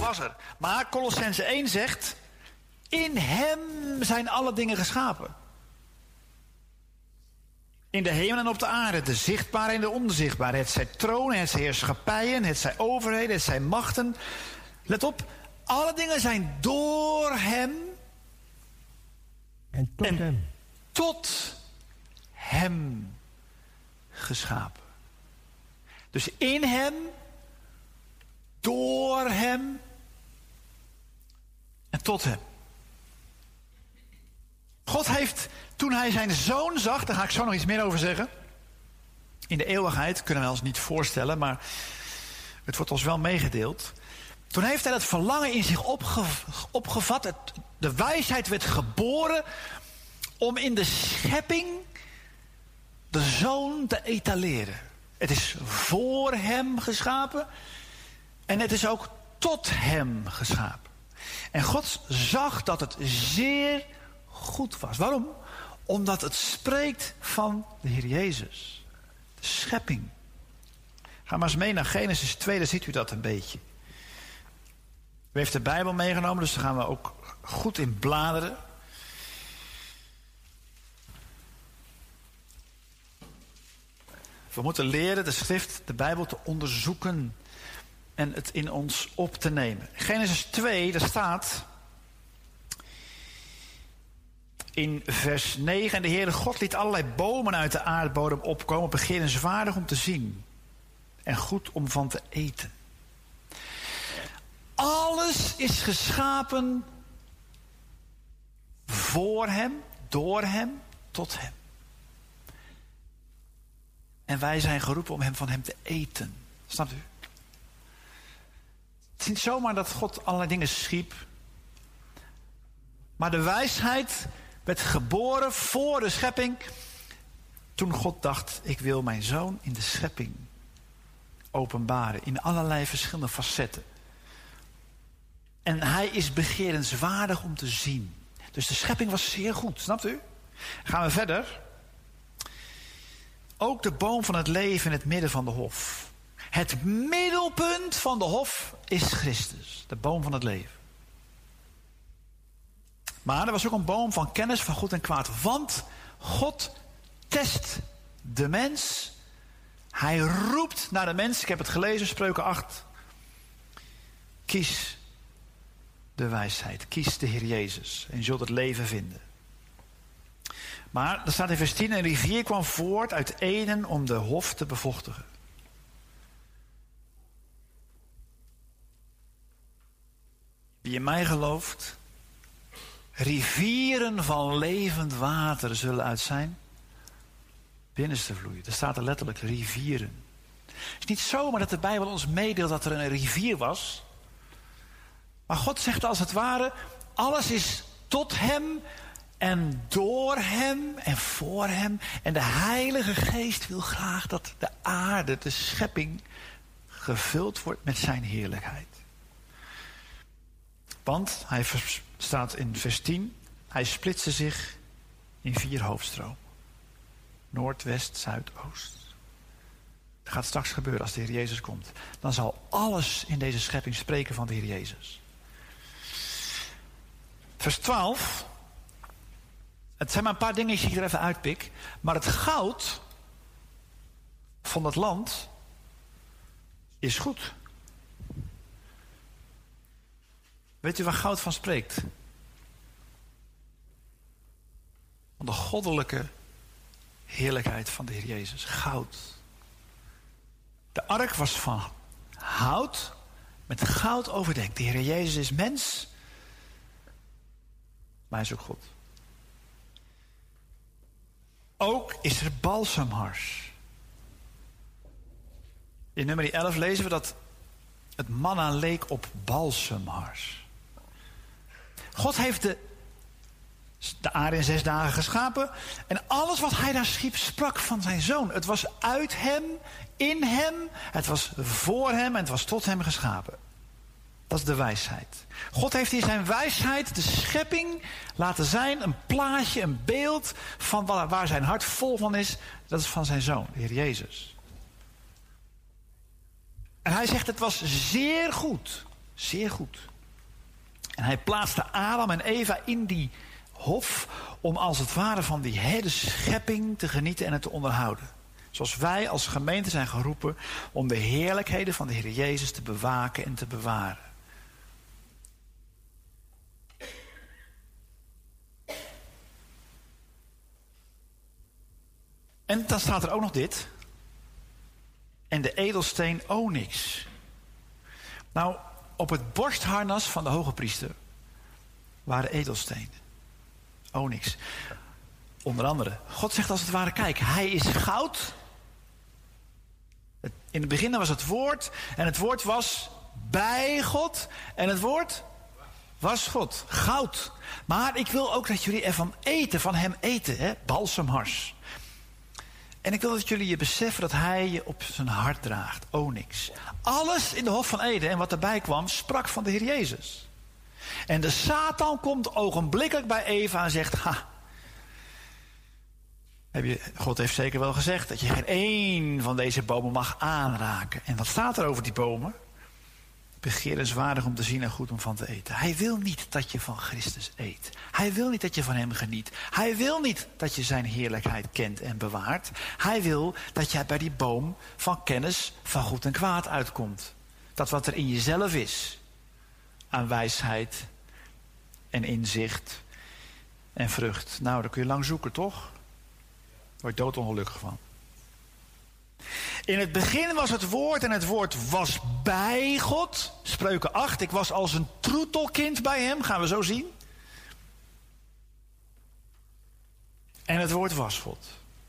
was er. Maar Kolossenzen 1 zegt, in hem zijn alle dingen geschapen. In de hemel en op de aarde, de zichtbare en de onzichtbare. Het zij tronen, het zij heerschappijen, het zij overheden, het zij machten. Let op, alle dingen zijn door hem en tot hem geschapen. Dus in hem, door hem en tot hem. God heeft, toen hij zijn zoon zag, daar ga ik zo nog iets meer over zeggen. In de eeuwigheid kunnen we ons niet voorstellen, maar het wordt ons wel meegedeeld. Toen heeft hij dat verlangen in zich opgevat. De wijsheid werd geboren om in de schepping de zoon te etaleren. Het is voor hem geschapen en het is ook tot hem geschapen. En God zag dat het zeer goed was. Waarom? Omdat het spreekt van de Heer Jezus. De schepping. Ga maar eens mee naar Genesis 2, dan ziet u dat een beetje. U heeft de Bijbel meegenomen, dus daar gaan we ook goed in bladeren. We moeten leren de schrift, de Bijbel te onderzoeken en het in ons op te nemen. Genesis 2, daar staat in vers 9... En de Heere God liet allerlei bomen uit de aardbodem opkomen, begeerenswaardig om te zien en goed om van te eten. Alles is geschapen voor hem, door hem, tot hem. En wij zijn geroepen om hem van hem te eten. Snapt u? Het is niet zomaar dat God allerlei dingen schiep. Maar de wijsheid werd geboren voor de schepping. Toen God dacht, ik wil mijn zoon in de schepping openbaren. In allerlei verschillende facetten. En hij is begeerenswaardig om te zien. Dus de schepping was zeer goed, snapt u? Gaan we verder. Ook de boom van het leven in het midden van de hof. Het middelpunt van de hof is Christus. De boom van het leven. Maar er was ook een boom van kennis van goed en kwaad. Want God test de mens. Hij roept naar de mens. Ik heb het gelezen, Spreuken 8. Kies de wijsheid. Kies de Heer Jezus. En je zult het leven vinden. Maar er staat in vers 10. Een rivier kwam voort uit Eden om de hof te bevochtigen. Wie in mij gelooft. Rivieren van levend water zullen uit zijn binnenste vloeien. Er staat er letterlijk rivieren. Het is niet zomaar dat de Bijbel ons meedeelt dat er een rivier was. Maar God zegt als het ware, alles is tot hem en door hem en voor hem. En de Heilige Geest wil graag dat de aarde, de schepping, gevuld wordt met zijn heerlijkheid. Want, hij staat in vers 10, hij splitste zich in 4 hoofdstromen. Noord, west, zuid, oost. Dat gaat straks gebeuren als de Heer Jezus komt. Dan zal alles in deze schepping spreken van de Heer Jezus. Vers 12. Het zijn maar een paar dingetjes die ik er even uitpik. Maar het goud van dat land is goed. Weet u waar goud van spreekt? Van de goddelijke heerlijkheid van de Heer Jezus. Goud. De ark was van hout met goud overdekt. De Heer Jezus is mens, maar hij is ook God. Ook is er balsemhars. In nummer 11 lezen we dat het manna leek op balsemhars. God heeft de aarde in 6 dagen geschapen. En alles wat hij daar schiep sprak van zijn zoon. Het was uit hem, in hem, het was voor hem en het was tot hem geschapen. Dat is de wijsheid. God heeft in zijn wijsheid de schepping laten zijn. Een plaatje, een beeld van waar zijn hart vol van is. Dat is van zijn zoon, de Heer Jezus. En hij zegt het was zeer goed. Zeer goed. En hij plaatste Adam en Eva in die hof om als het ware van die hele schepping te genieten en het te onderhouden. Zoals wij als gemeente zijn geroepen om de heerlijkheden van de Heer Jezus te bewaken en te bewaren. En dan staat er ook nog dit. En de edelsteen onyx. Nou, op het borstharnas van de hoge priester waren edelstenen. Onyx. Onder andere. God zegt als het ware, kijk, hij is goud. In het begin was het woord. En het woord was bij God. En het woord was God. Goud. Maar ik wil ook dat jullie ervan eten. Van hem eten. Hè? Balsemhars. En ik wil dat jullie je beseffen dat hij je op zijn hart draagt. Onyx. Alles in de Hof van Eden en wat erbij kwam, sprak van de Heer Jezus. En de Satan komt ogenblikkelijk bij Eva en zegt, God heeft zeker wel gezegd dat je geen één van deze bomen mag aanraken. En wat staat er over die bomen? Begeerenswaardig om te zien en goed om van te eten. Hij wil niet dat je van Christus eet. Hij wil niet dat je van hem geniet. Hij wil niet dat je zijn heerlijkheid kent en bewaart. Hij wil dat jij bij die boom van kennis van goed en kwaad uitkomt. Dat wat er in jezelf is, aan wijsheid en inzicht en vrucht. Nou, daar kun je lang zoeken, toch? Daar word je doodongelukkig van. In het begin was het woord en het woord was bij God. Spreuken 8, ik was als een troetelkind bij hem, gaan we zo zien. En het woord was God.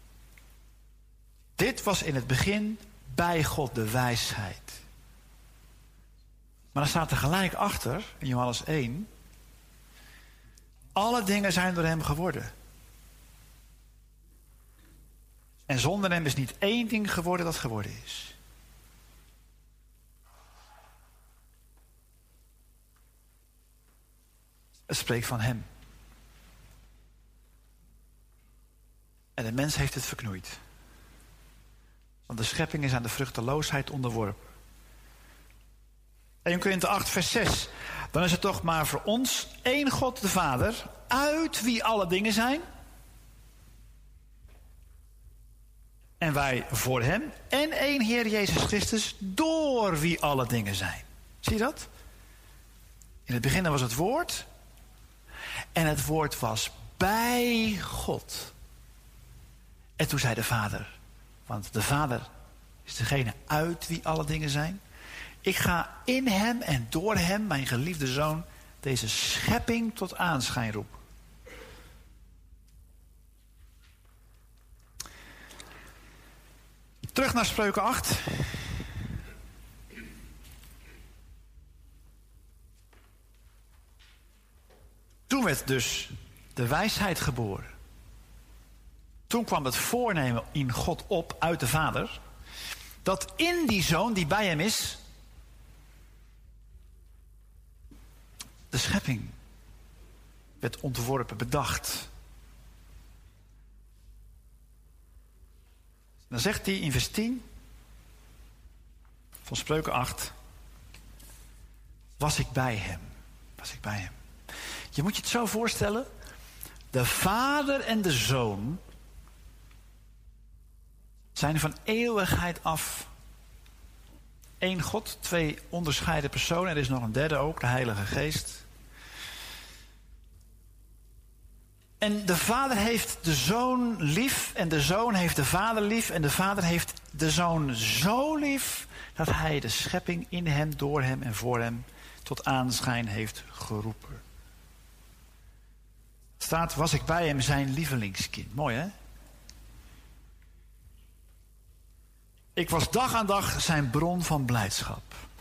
Dit was in het begin bij God de wijsheid. Maar dan staat er gelijk achter, in Johannes 1... alle dingen zijn door hem geworden. En zonder hem is niet één ding geworden dat geworden is. Het spreekt van hem. En de mens heeft het verknoeid. Want de schepping is aan de vruchteloosheid onderworpen. 1 Korinthe 8 vers 6. Dan is het toch maar voor ons één God de Vader, uit wie alle dingen zijn. En wij voor hem. En één Heer Jezus Christus, door wie alle dingen zijn. Zie je dat? In het begin was het woord. En het woord was bij God. En toen zei de Vader. Want de Vader is degene uit wie alle dingen zijn. Ik ga in hem en door hem, mijn geliefde zoon, deze schepping tot aanschijn roepen. Terug naar Spreuken 8. Toen werd dus de wijsheid geboren. Toen kwam het voornemen in God op uit de Vader, dat in die zoon die bij hem is, de schepping werd ontworpen, bedacht. Dan zegt hij in vers 10 van Spreuken 8, was ik bij hem. Was ik bij hem. Je moet je het zo voorstellen, de Vader en de Zoon zijn van eeuwigheid af één God, twee onderscheiden personen. Er is nog een derde ook, de Heilige Geest. En de Vader heeft de Zoon lief en de Zoon heeft de Vader lief en de Vader heeft de Zoon zo lief dat hij de schepping in hem, door hem en voor hem tot aanschijn heeft geroepen. Het staat, was ik bij hem zijn lievelingskind. Mooi hè? Ik was dag aan dag zijn bron van blijdschap.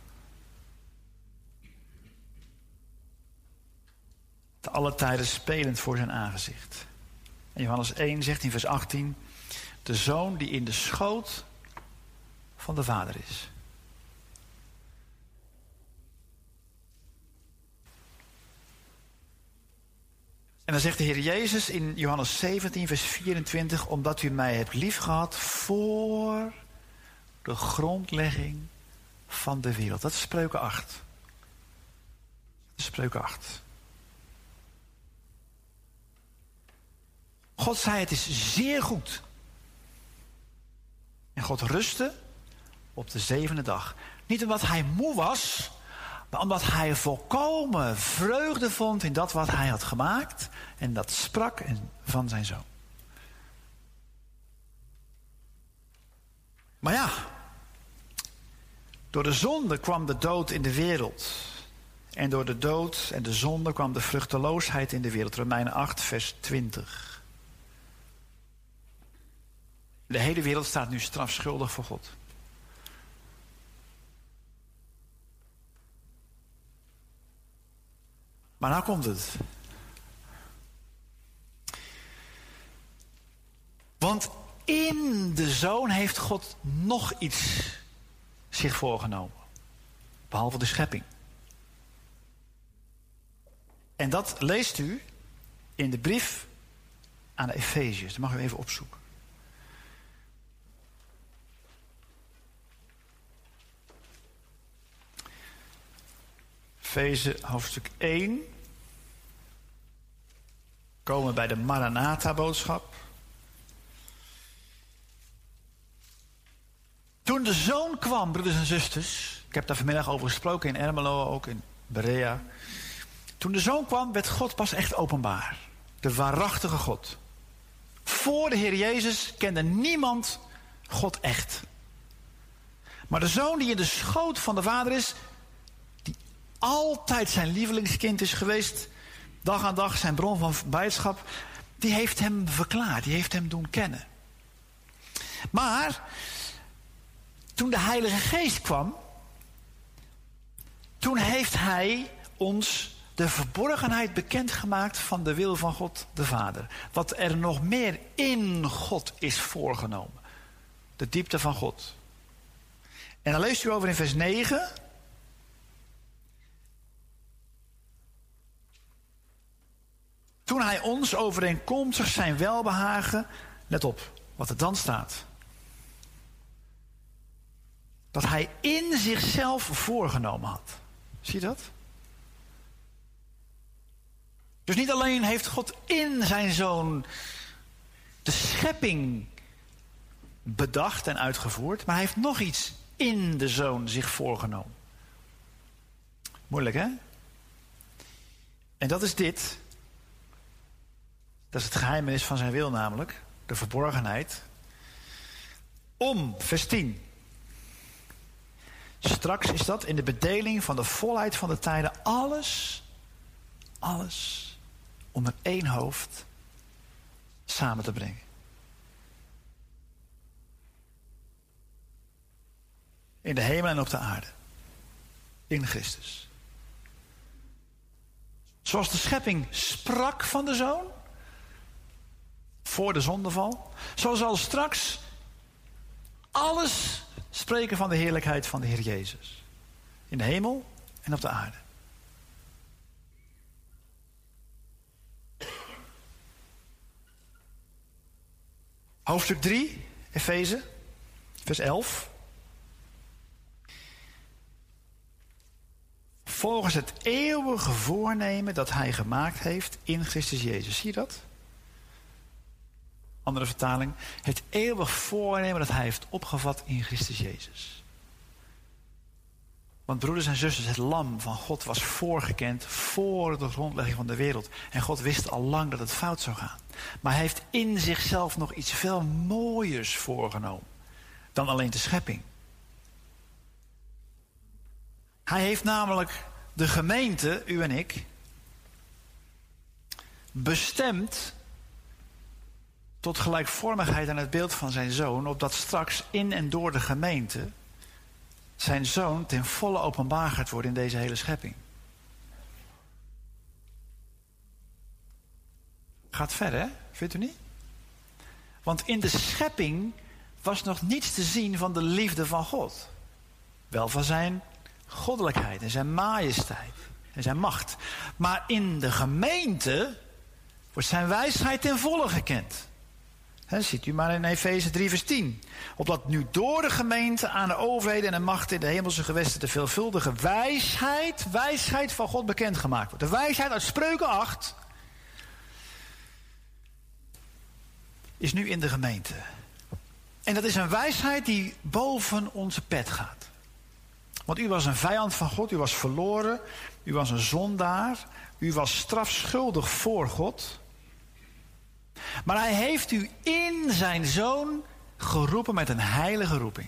Te alle tijden spelend voor zijn aangezicht. En Johannes 1 zegt in vers 18, de zoon die in de schoot van de Vader is. En dan zegt de Heer Jezus in Johannes 17 vers 24, omdat u mij hebt liefgehad voor de grondlegging van de wereld. Dat is Spreuken 8. Spreuken 8. God zei, het is zeer goed. En God rustte op de 7e dag. Niet omdat hij moe was, maar omdat hij volkomen vreugde vond in dat wat hij had gemaakt. En dat sprak van zijn zoon. Maar ja, door de zonde kwam de dood in de wereld. En door de dood en de zonde kwam de vruchteloosheid in de wereld. Romeinen 8, vers 20. De hele wereld staat nu strafschuldig voor God. Maar nou komt het. Want in de Zoon heeft God nog iets zich voorgenomen. Behalve de schepping. En dat leest u in de brief aan de Efeziërs. Dat mag u even opzoeken. Efeze hoofdstuk 1. Komen we bij de Maranatha-boodschap. Toen de Zoon kwam, broeders en zusters. Ik heb daar vanmiddag over gesproken in Ermelo, ook in Berea. Toen de Zoon kwam, werd God pas echt openbaar. De waarachtige God. Voor de Heer Jezus kende niemand God echt. Maar de Zoon die in de schoot van de Vader is, die altijd zijn lievelingskind is geweest, dag aan dag zijn bron van blijdschap, die heeft hem verklaard, die heeft hem doen kennen. Maar toen de Heilige Geest kwam, toen heeft hij ons de verborgenheid bekendgemaakt van de wil van God de Vader. Wat er nog meer in God is voorgenomen. De diepte van God. En dan leest u over in vers 9. Toen hij ons overeenkomstig zijn welbehagen, let op wat er dan staat. Dat hij in zichzelf voorgenomen had. Zie je dat? Dus niet alleen heeft God in zijn Zoon de schepping bedacht en uitgevoerd, maar hij heeft nog iets in de Zoon zich voorgenomen. Moeilijk, hè? En dat is dit. Dat is het geheimenis van zijn wil namelijk. De verborgenheid. Om, vers 10. Straks is dat in de bedeling van de volheid van de tijden alles onder één hoofd samen te brengen. In de hemel en op de aarde. In Christus. Zoals de schepping sprak van de Zoon. Voor de zondeval. Zo zal straks alles spreken van de heerlijkheid van de Heer Jezus. In de hemel en op de aarde. Hoofdstuk 3, Efeze, vers 11. Volgens het eeuwige voornemen dat hij gemaakt heeft in Christus Jezus. Zie je dat? Andere vertaling. Het eeuwig voornemen dat hij heeft opgevat in Christus Jezus. Want broeders en zusters, het lam van God was voorgekend voor de grondlegging van de wereld. En God wist al lang dat het fout zou gaan. Maar hij heeft in zichzelf nog iets veel mooiers voorgenomen dan alleen de schepping. Hij heeft namelijk de gemeente, u en ik, bestemd tot gelijkvormigheid aan het beeld van zijn Zoon, opdat straks in en door de gemeente zijn Zoon ten volle openbaar gaat worden in deze hele schepping. Gaat ver, hè? Vindt u niet? Want in de schepping was nog niets te zien van de liefde van God. Wel van zijn goddelijkheid en zijn majesteit en zijn macht. Maar in de gemeente wordt zijn wijsheid ten volle gekend. Ziet u maar in Efeze 3 vers 10. Opdat nu door de gemeente aan de overheden en de machten in de hemelse gewesten de veelvuldige wijsheid van God bekendgemaakt wordt. De wijsheid uit Spreuken 8 is nu in de gemeente. En dat is een wijsheid die boven onze pet gaat. Want u was een vijand van God, u was verloren, u was een zondaar, u was strafschuldig voor God. Maar hij heeft u in zijn Zoon geroepen met een heilige roeping.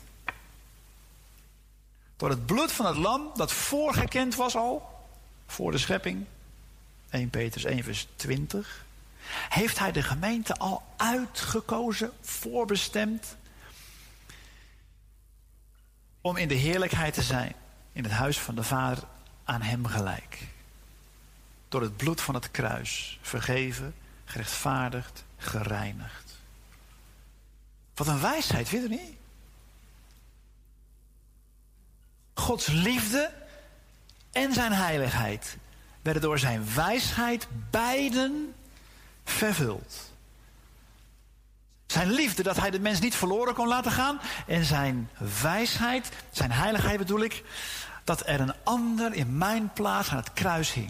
Door het bloed van het lam dat voorgekend was al, voor de schepping, 1 Petrus 1 vers 20, heeft hij de gemeente al uitgekozen, voorbestemd, om in de heerlijkheid te zijn, in het huis van de Vader aan hem gelijk. Door het bloed van het kruis, vergeven, gerechtvaardigd, gereinigd. Wat een wijsheid, vindt u niet? Gods liefde en zijn heiligheid werden door zijn wijsheid beiden vervuld. Zijn liefde, dat hij de mens niet verloren kon laten gaan. En zijn wijsheid, zijn heiligheid bedoel ik, dat er een ander in mijn plaats aan het kruis hing.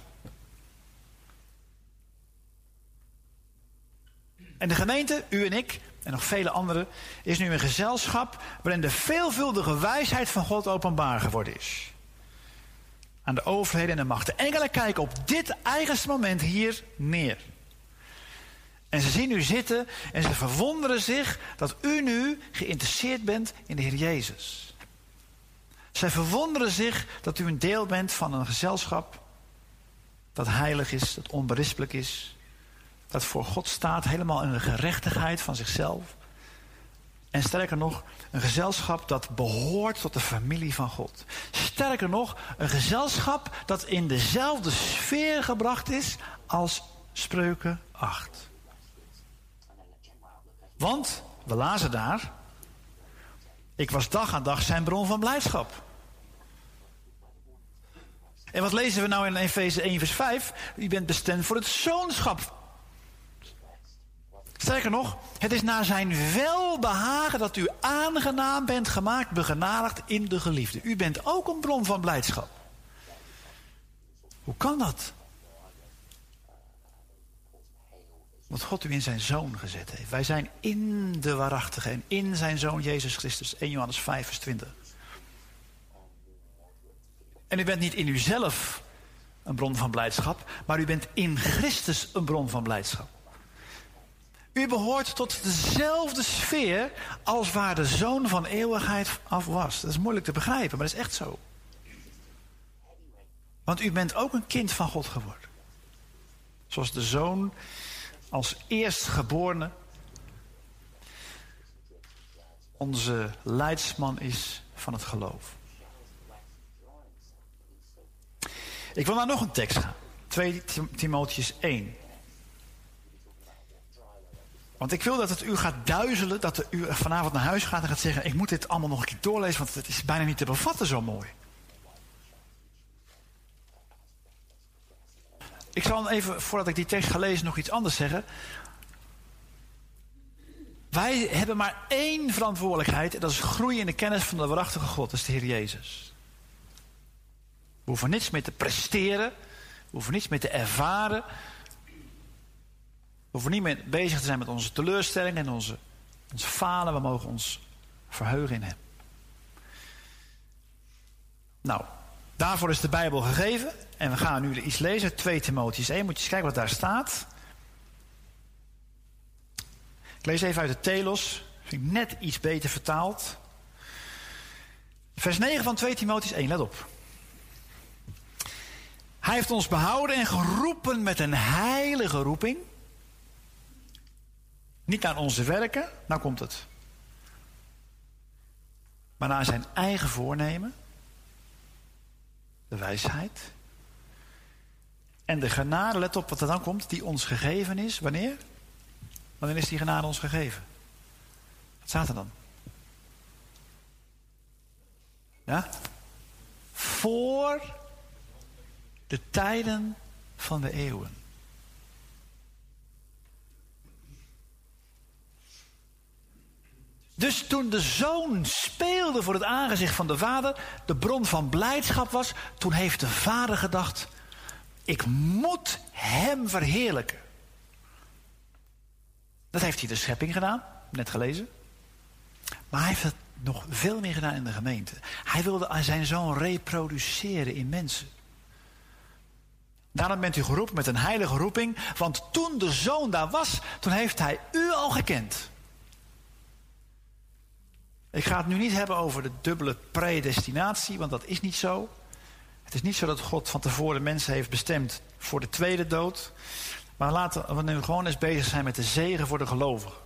En de gemeente, u en ik, en nog vele anderen, is nu een gezelschap waarin de veelvuldige wijsheid van God openbaar geworden is. Aan de overheden en de machten. Engelen kijken op dit eigenste moment hier neer. En ze zien u zitten en ze verwonderen zich dat u nu geïnteresseerd bent in de Heer Jezus. Zij verwonderen zich dat u een deel bent van een gezelschap dat heilig is, dat onberispelijk is, dat voor God staat, helemaal in de gerechtigheid van zichzelf. En sterker nog, een gezelschap dat behoort tot de familie van God. Sterker nog, een gezelschap dat in dezelfde sfeer gebracht is als Spreuken 8. Want, we lazen daar, ik was dag aan dag zijn bron van blijdschap. En wat lezen we nou in Efeze 1 vers 5? U bent bestemd voor het zoonschap. Sterker nog, het is naar zijn welbehagen dat u aangenaam bent gemaakt, begenadigd in de geliefde. U bent ook een bron van blijdschap. Hoe kan dat? Wat God u in zijn Zoon gezet heeft. Wij zijn in de waarachtige en in zijn Zoon Jezus Christus. 1 Johannes 5 vers 20. En u bent niet in uzelf een bron van blijdschap, maar u bent in Christus een bron van blijdschap. U behoort tot dezelfde sfeer als waar de Zoon van eeuwigheid af was. Dat is moeilijk te begrijpen, maar dat is echt zo. Want u bent ook een kind van God geworden. Zoals de Zoon als eerstgeborene onze leidsman is van het geloof. Ik wil naar nog een tekst gaan. 2 Timotheüs 1. Want ik wil dat het u gaat duizelen, dat u vanavond naar huis gaat en gaat zeggen, ik moet dit allemaal nog een keer doorlezen, want het is bijna niet te bevatten zo mooi. Ik zal even, voordat ik die tekst ga lezen, nog iets anders zeggen. Wij hebben maar één verantwoordelijkheid, en dat is groeien in de kennis van de waarachtige God, dat is de Heer Jezus. We hoeven niets meer te presteren, we hoeven niets meer te ervaren. We hoeven niet meer bezig te zijn met onze teleurstellingen en ons falen. We mogen ons verheugen in hem. Nou, daarvoor is de Bijbel gegeven. En we gaan nu iets lezen. 2 Timotheüs 1. Moet je eens kijken wat daar staat. Ik lees even uit de Telos. Vind ik net iets beter vertaald. Vers 9 van 2 Timotheüs 1. Let op. Hij heeft ons behouden en geroepen met een heilige roeping. Niet naar onze werken, nou komt het. Maar naar zijn eigen voornemen. De wijsheid. En de genade, let op wat er dan komt, die ons gegeven is. Wanneer? Wanneer is die genade ons gegeven? Wat staat er dan? Ja? Voor de tijden van de eeuwen. Dus toen de zoon speelde voor het aangezicht van de vader, de bron van blijdschap was, toen heeft de vader gedacht, ik moet hem verheerlijken. Dat heeft hij de schepping gedaan, net gelezen. Maar hij heeft het nog veel meer gedaan in de gemeente. Hij wilde zijn zoon reproduceren in mensen. Daarom bent u geroepen met een heilige roeping. Want toen de zoon daar was, toen heeft hij u al gekend. Ik ga het nu niet hebben over de dubbele predestinatie, want dat is niet zo. Het is niet zo dat God van tevoren mensen heeft bestemd voor de tweede dood. Maar laten we nu gewoon eens bezig zijn met de zegen voor de gelovigen.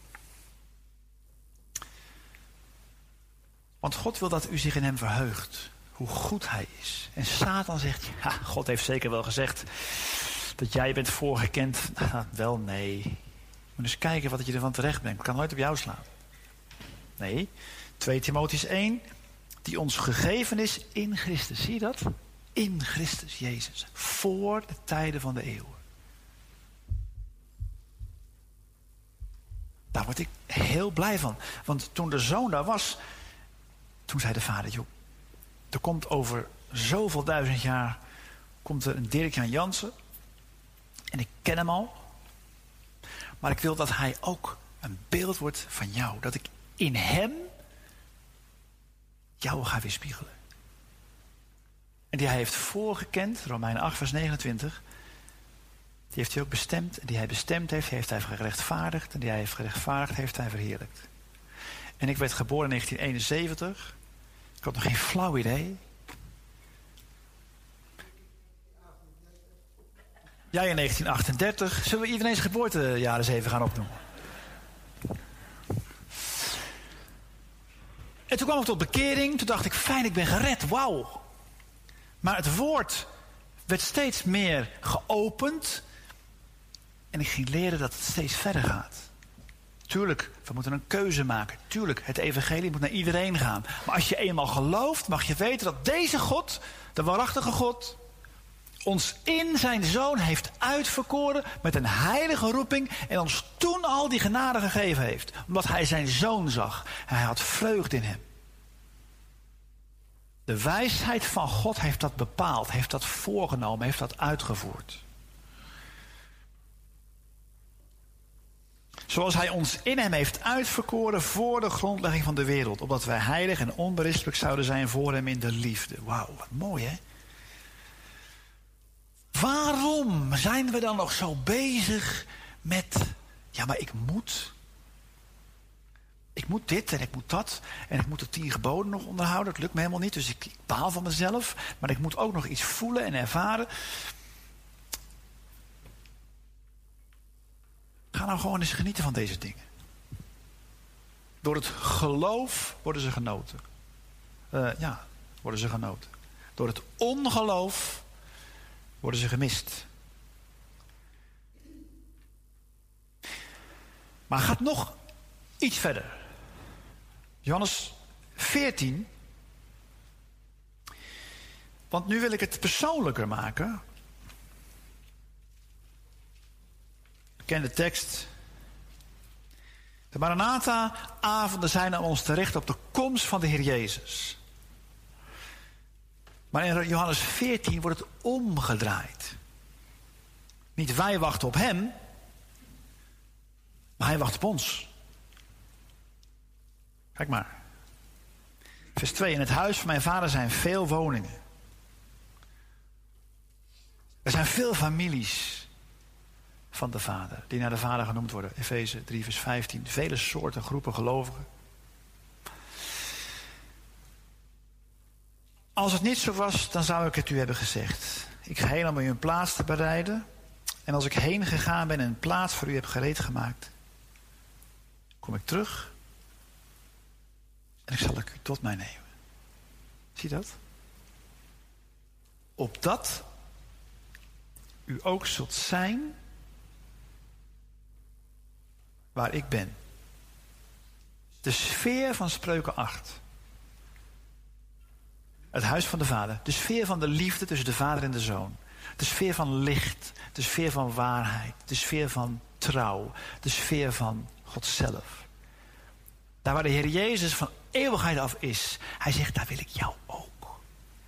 Want God wil dat u zich in hem verheugt. Hoe goed hij is. En Satan zegt, ja, God heeft zeker wel gezegd dat jij bent voorgekend. Wel, nee. Moet eens kijken wat je ervan terecht brengt. Ik kan nooit op jou slaan. Nee. 2 Timotheüs 1. Die ons gegeven is in Christus. Zie je dat? In Christus Jezus. Voor de tijden van de eeuwen. Daar word ik heel blij van. Want toen de zoon daar was, toen zei de vader, joh, er komt over zoveel duizend jaar komt er een Dirk-Jan Jansen. En ik ken hem al. Maar ik wil dat hij ook een beeld wordt van jou. Dat ik in hem jou ga weerspiegelen. En die hij heeft voorgekend, Romeinen 8 vers 29. Die heeft hij ook bestemd. En die hij bestemd heeft, heeft hij gerechtvaardigd. En die hij heeft gerechtvaardigd, heeft hij verheerlijkt. En ik werd geboren in 1971. Ik had nog geen flauw idee. Jij in 1938. Zullen we iedereen's geboortejaar eens even gaan opnoemen? En toen kwam ik tot bekering. Toen dacht ik, fijn, ik ben gered. Wauw. Maar het woord werd steeds meer geopend. En ik ging leren dat het steeds verder gaat. Tuurlijk, we moeten een keuze maken. Tuurlijk, het evangelie moet naar iedereen gaan. Maar als je eenmaal gelooft, mag je weten dat deze God, de waarachtige God, ons in zijn zoon heeft uitverkoren met een heilige roeping en ons toen al die genade gegeven heeft. Omdat hij zijn zoon zag. Hij had vreugde in hem. De wijsheid van God heeft dat bepaald, heeft dat voorgenomen, heeft dat uitgevoerd. Zoals hij ons in hem heeft uitverkoren voor de grondlegging van de wereld. Opdat wij heilig en onberispelijk zouden zijn voor hem in de liefde. Wauw, wat mooi hè? Waarom zijn we dan nog zo bezig met, ja maar ik moet dit en ik moet dat. En ik moet de 10 geboden nog onderhouden. Dat lukt me helemaal niet, dus ik baal van mezelf. Maar ik moet ook nog iets voelen en ervaren. Ga nou gewoon eens genieten van deze dingen. Door het geloof worden ze genoten. Worden ze genoten. Door het ongeloof worden ze gemist. Maar gaat nog iets verder. Johannes 14. Want nu wil ik het persoonlijker maken. Bekende tekst. De Maranatha-avonden zijn aan ons te richten op de komst van de Heer Jezus. Maar in Johannes 14 wordt het omgedraaid. Niet wij wachten op hem, maar hij wacht op ons. Kijk maar. Vers 2. In het huis van mijn vader zijn veel woningen. Er zijn veel families van de Vader, die naar de Vader genoemd worden. Efeze 3 vers 15. Vele soorten groepen gelovigen. Als het niet zo was, dan zou ik het u hebben gezegd. Ik ga heen om u een plaats te bereiden. En als ik heen gegaan ben en een plaats voor u heb gereed gemaakt, kom ik terug en ik zal u tot mij nemen. Zie je dat? Opdat u ook zult zijn waar ik ben. De sfeer van Spreuken 8. Het huis van de Vader. De sfeer van de liefde tussen de Vader en de Zoon. De sfeer van licht. De sfeer van waarheid. De sfeer van trouw. De sfeer van God zelf. Daar waar de Heer Jezus van eeuwigheid af is. Hij zegt, daar wil ik jou ook.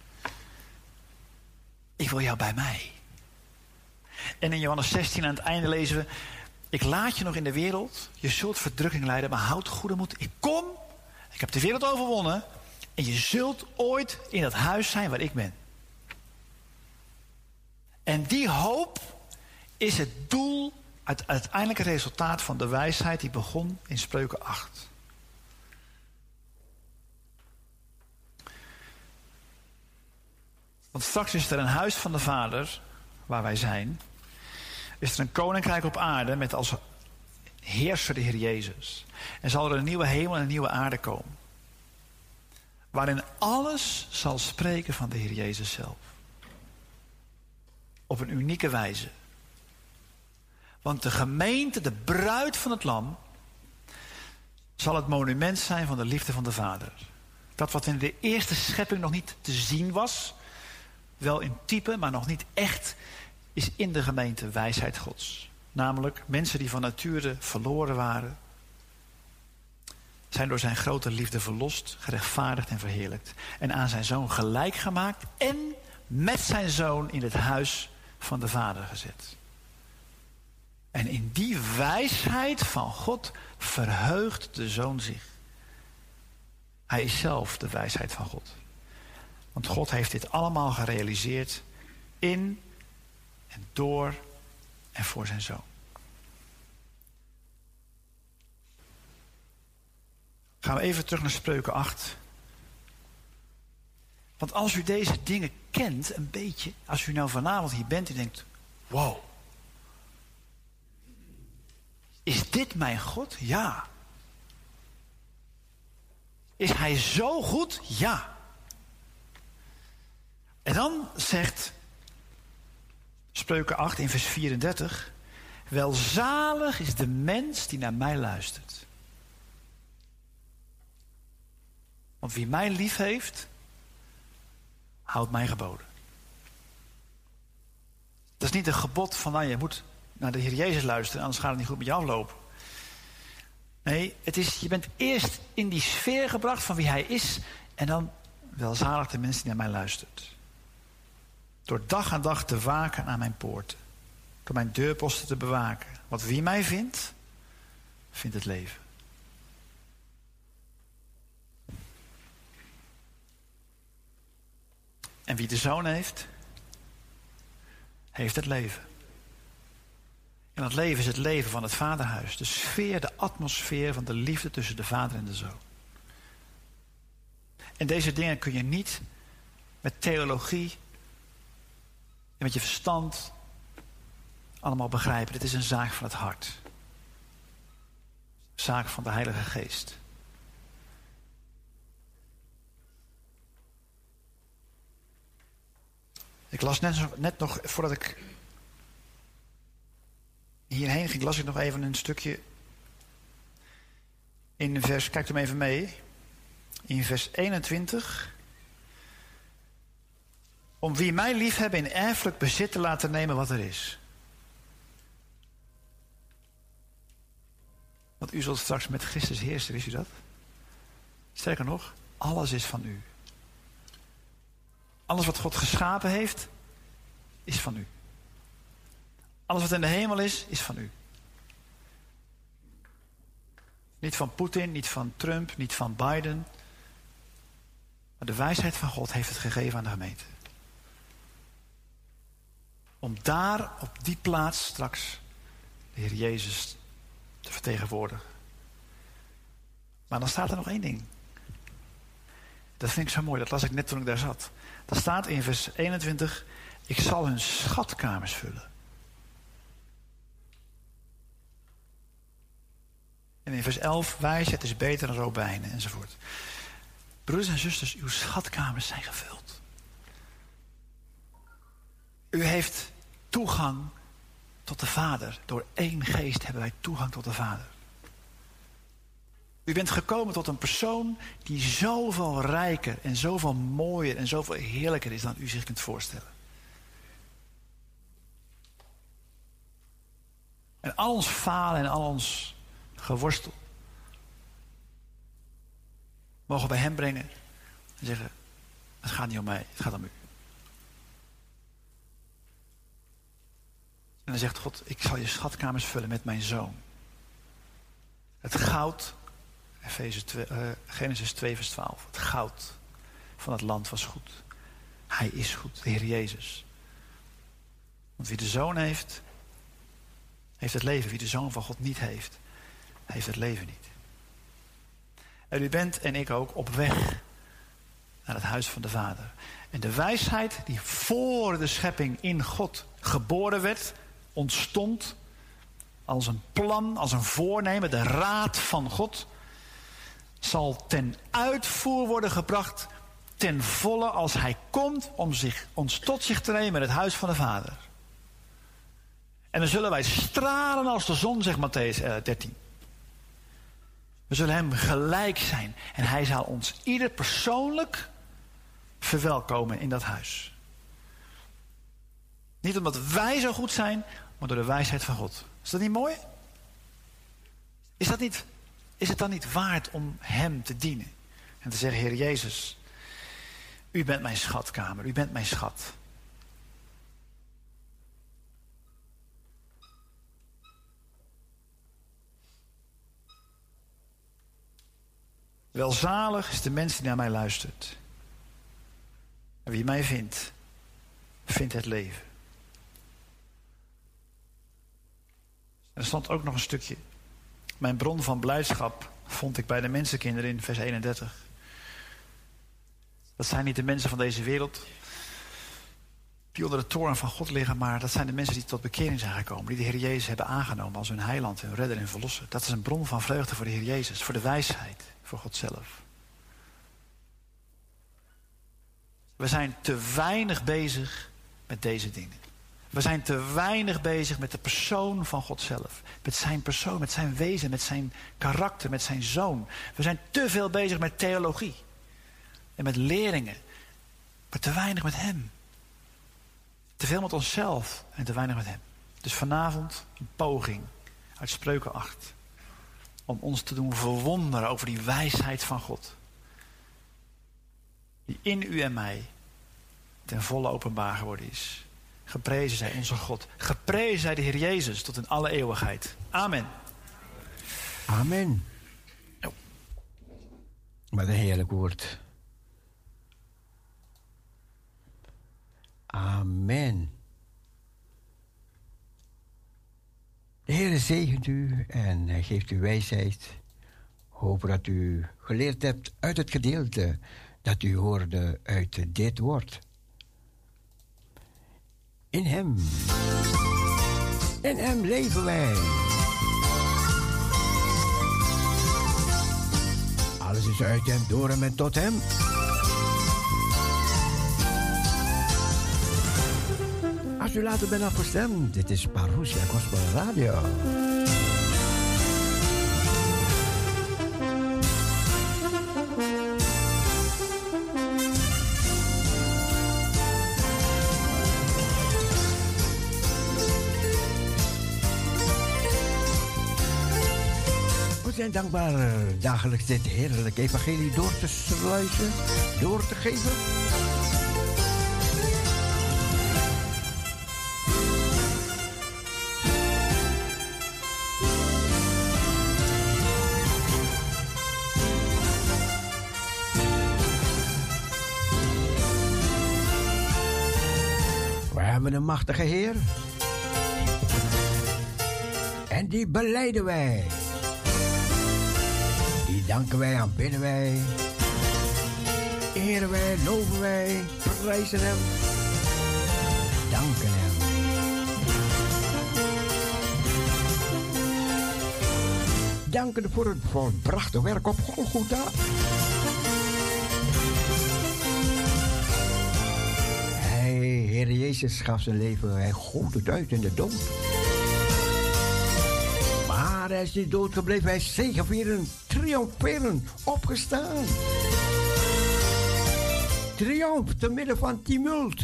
Ik wil jou bij mij. En in Johannes 16 aan het einde lezen we... Ik laat je nog in de wereld. Je zult verdrukking lijden, maar houd goede moed. Ik kom. Ik heb de wereld overwonnen. En je zult ooit in dat huis zijn waar ik ben. En die hoop is het doel, het uiteindelijke resultaat van de wijsheid die begon in Spreuken 8. Want straks is er een huis van de Vader, waar wij zijn. Is er een koninkrijk op aarde met als heerser de Heer Jezus. En zal er een nieuwe hemel en een nieuwe aarde komen. Waarin alles zal spreken van de Heer Jezus zelf. Op een unieke wijze. Want de gemeente, de bruid van het lam, zal het monument zijn van de liefde van de Vader. Dat wat in de eerste schepping nog niet te zien was, wel in type, maar nog niet echt, is in de gemeente wijsheid Gods. Namelijk mensen die van nature verloren waren, zijn door zijn grote liefde verlost, gerechtvaardigd en verheerlijkt. En aan zijn zoon gelijk gemaakt en met zijn zoon in het huis van de Vader gezet. En in die wijsheid van God verheugt de zoon zich. Hij is zelf de wijsheid van God. Want God heeft dit allemaal gerealiseerd in en door en voor zijn zoon. Gaan we even terug naar Spreuken 8. Want als u deze dingen kent, een beetje, als u nou vanavond hier bent en denkt, wow. Is dit mijn God? Ja. Is hij zo goed? Ja. En dan zegt Spreuken 8 in vers 34. Welzalig is de mens die naar mij luistert. Want wie mij lief heeft, houdt mijn geboden. Dat is niet een gebod van, nou, je moet naar de Heer Jezus luisteren, anders gaat het niet goed met je aflopen. Nee, het is, je bent eerst in die sfeer gebracht van wie hij is, en dan welzalig de mensen die naar mij luistert. Door dag aan dag te waken aan mijn poorten. Door mijn deurposten te bewaken. Want wie mij vindt, vindt het leven. En wie de zoon heeft, heeft het leven. En dat leven is het leven van het vaderhuis. De sfeer, de atmosfeer van de liefde tussen de vader en de zoon. En deze dingen kun je niet met theologie en met je verstand allemaal begrijpen. Dit is een zaak van het hart. Een zaak van de Heilige Geest. Ik las net nog, voordat ik hierheen ging, las ik nog even een stukje in vers, kijk er maar even mee, in vers 21. Om wie mij lief hebben in erfelijk bezit te laten nemen wat er is. Want u zult straks met Christus heersen, wist u dat? Sterker nog, alles is van u. Alles wat God geschapen heeft, is van u. Alles wat in de hemel is van u. Niet van Poetin, niet van Trump, niet van Biden. Maar de wijsheid van God heeft het gegeven aan de gemeente. Om daar op die plaats straks de Heer Jezus te vertegenwoordigen. Maar dan staat er nog één ding. Dat vind ik zo mooi, dat las ik net toen ik daar zat. Dat staat in vers 21, ik zal hun schatkamers vullen. En in vers 11, wijsheid is beter dan robijnen, enzovoort. Broeders en zusters, uw schatkamers zijn gevuld. U heeft toegang tot de Vader. Door één geest hebben wij toegang tot de Vader. U bent gekomen tot een persoon die zoveel rijker en zoveel mooier en zoveel heerlijker is dan u zich kunt voorstellen. En al ons falen en al ons geworstel mogen bij hem brengen en zeggen, het gaat niet om mij, het gaat om u. En dan zegt God, ik zal je schatkamers vullen met mijn zoon. Het goud, Genesis 2 vers 12, het goud van het land was goed. Hij is goed, de Heer Jezus. Want wie de zoon heeft, heeft het leven. Wie de zoon van God niet heeft, heeft het leven niet. En u bent en ik ook op weg naar het huis van de Vader. En de wijsheid die voor de schepping in God geboren werd, ontstond als een plan, als een voornemen, de raad van God, zal ten uitvoer worden gebracht ten volle als hij komt om ons tot zich te nemen in het huis van de Vader. En dan zullen wij stralen als de zon, zegt Mattheüs 13. We zullen hem gelijk zijn. En hij zal ons ieder persoonlijk verwelkomen in dat huis. Niet omdat wij zo goed zijn, maar door de wijsheid van God. Is dat niet mooi? Is het dan niet waard om hem te dienen? En te zeggen, Heer Jezus, u bent mijn schatkamer, u bent mijn schat. Welzalig is de mens die naar mij luistert. En wie mij vindt, vindt het leven. Er stond ook nog een stukje. Mijn bron van blijdschap vond ik bij de mensenkinderen in vers 31. Dat zijn niet de mensen van deze wereld die onder de toorn van God liggen, maar dat zijn de mensen die tot bekering zijn gekomen, die de Heer Jezus hebben aangenomen als hun heiland, hun redder en verlosser. Dat is een bron van vreugde voor de Heer Jezus, voor de wijsheid, voor God zelf. We zijn te weinig bezig met deze dingen. We zijn te weinig bezig met de persoon van God zelf. Met zijn persoon, met zijn wezen, met zijn karakter, met zijn zoon. We zijn te veel bezig met theologie. En met leringen. Maar te weinig met hem. Te veel met onszelf en te weinig met hem. Dus vanavond een poging uit Spreuken 8. Om ons te doen verwonderen over die wijsheid van God. Die in u en mij ten volle openbaar geworden is. Geprezen zij onze God. Geprezen zij de Heer Jezus tot in alle eeuwigheid. Amen. Amen. Oh. Wat een heerlijk woord. Amen. De Heer zegent u en hij geeft u wijsheid. Hoop dat u geleerd hebt uit het gedeelte dat u hoorde uit dit woord. In hem leven wij. Alles is uit hem, door hem en tot hem. Als u later bent afgestemd, dit is Parousia Gospel Radio. We zijn dankbaar dagelijks dit heerlijke evangelie door te sluiten, door te geven. We hebben een machtige Heer. En die belijden wij. Die danken wij, aanbidden wij. Eren wij, loven wij, prijzen hem. Danken hem. Danken voor het volbrachte werk op Golgotha. Heer Jezus gaf zijn leven, hij goot het uit in de dood. Maar hij is niet dood gebleven, hij is zegevierend, triomferend, opgestaan. Triomf te midden van tumult.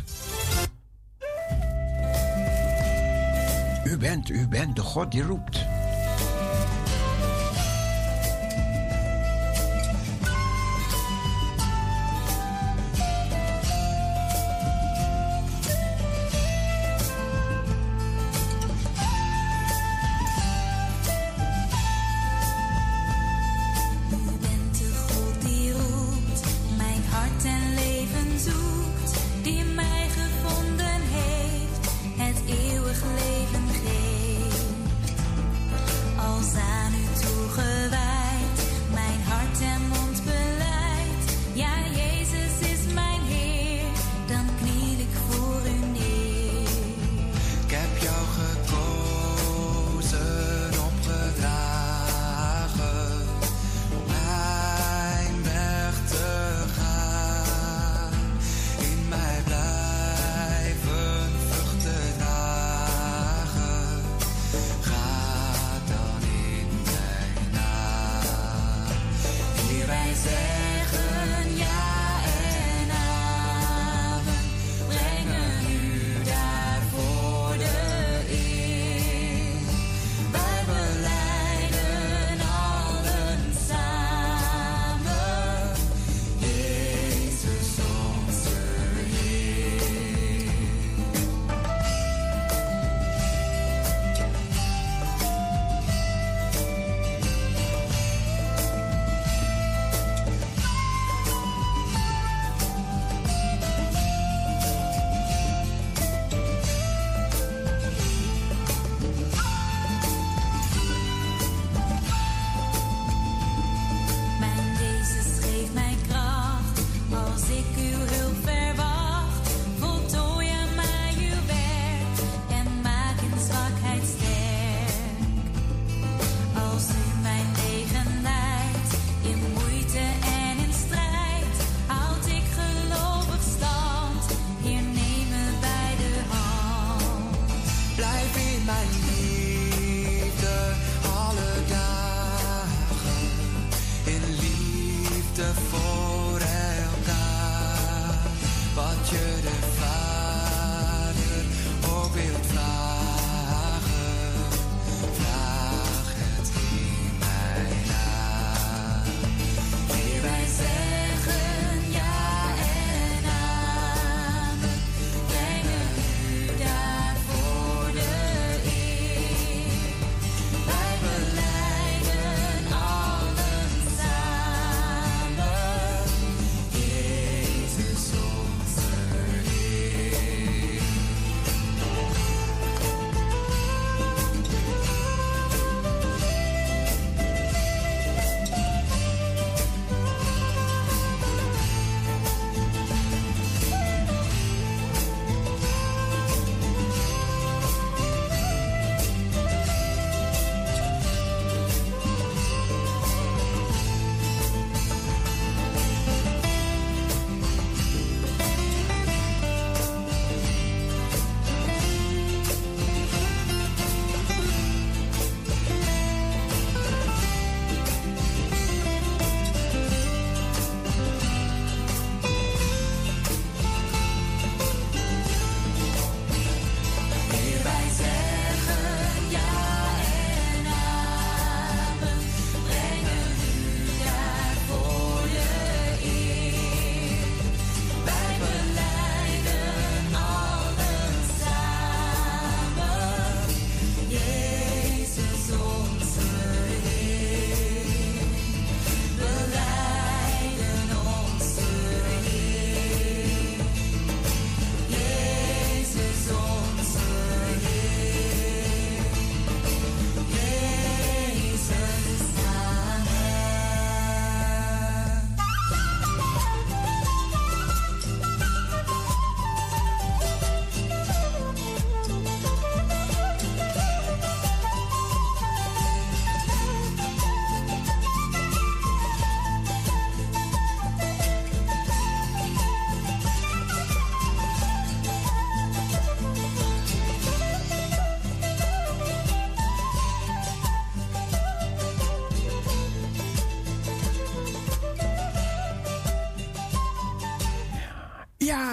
U bent de God die roept.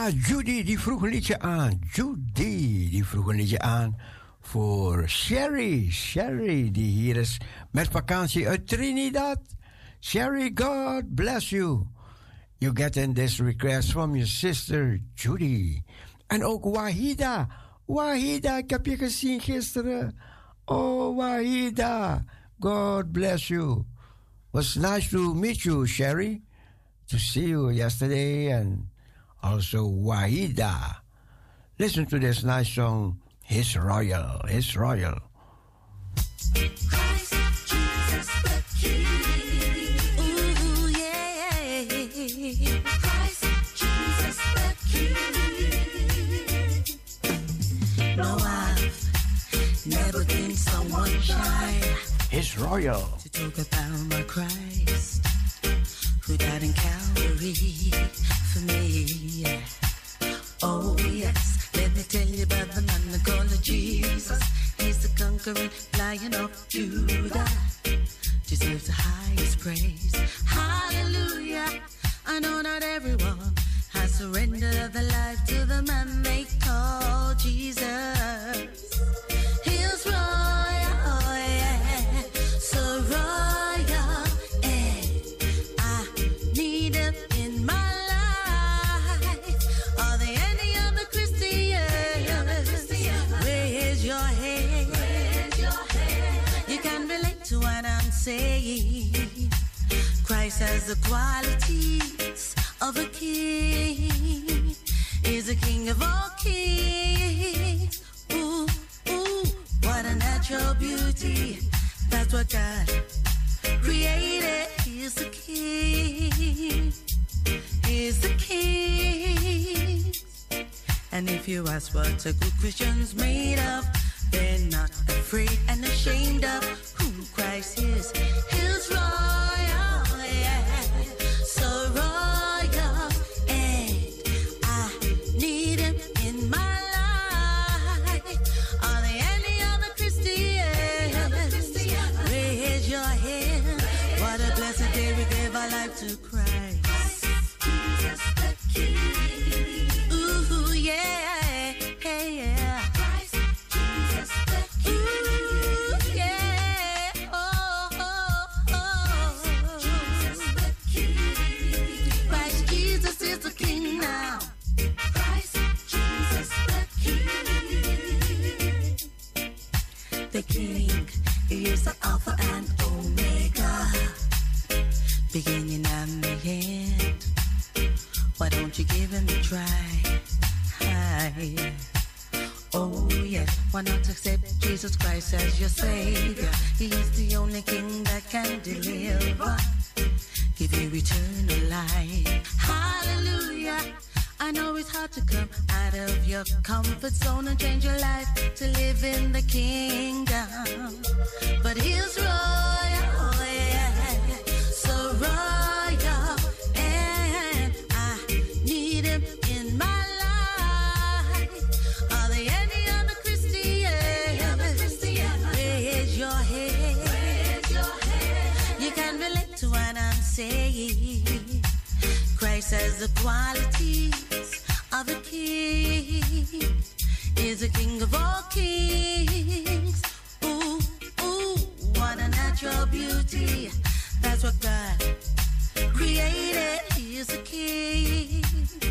Ja, Judy, die vroeg een liedje aan. Judy, die vroeg een liedje aan voor Sherry. Sherry, die hier is met vakantie uit Trinidad. Sherry, God bless you. You get in this request from your sister Judy. En ook Wahida. Wahida, ik heb je gezien gisteren. Oh, Wahida. God bless you. Was nice to meet you, Sherry. To see you yesterday and also Wahida. Listen to this nice song, His Royal, His Royal. Christ Jesus the King. Ooh, yeah. Christ Jesus the King. No, I've never been someone shy. His Royal. To talk about my Christ, who died in Calvary for me. Oh, yes, let me tell you about the man they call Jesus. He's the conquering Lion of Judah. Deserves the highest praise. Hallelujah. I know not everyone has surrendered their life to the man they call Jesus. He's royal, yeah, so royal, yeah. I need him in my life. Are there any other Christians? Raise your hand. You can relate to what I'm saying. Christ has the qualities of a king. Is a king of all kings. Ooh, ooh, what a natural beauty. That's what God created. He's the king. He's the king. And if you ask what a good Christian's made of, they're not afraid and ashamed of who Christ is. He's royal, yeah, so royal, and I need him in my life. Are there any other Christians? Raise your hand. What a blessed day we gave our life to Christ. Jesus the King. Ooh, yeah, yeah. Christ Jesus the King. Ooh, yeah. Oh, oh, oh. Jesus the King. Christ Jesus is the King now. Christ Jesus the King. The King is the Alpha and Omega, beginning and the end. Why don't you give him a try? Hi. Oh yeah, why not accept Jesus Christ as your Savior? He is the only King that can deliver, give you eternal life. Hallelujah. I know it's hard to come out of your comfort zone and change your life to live in the kingdom, but He's royal, yeah, so royal, and I need Him in my life. Are there any other Christians? Raise your hand. You can relate to what I'm saying. Christ has the qualities of a king, is a king of all kings. Ooh, ooh, what a natural beauty. That's what God created. He is a king.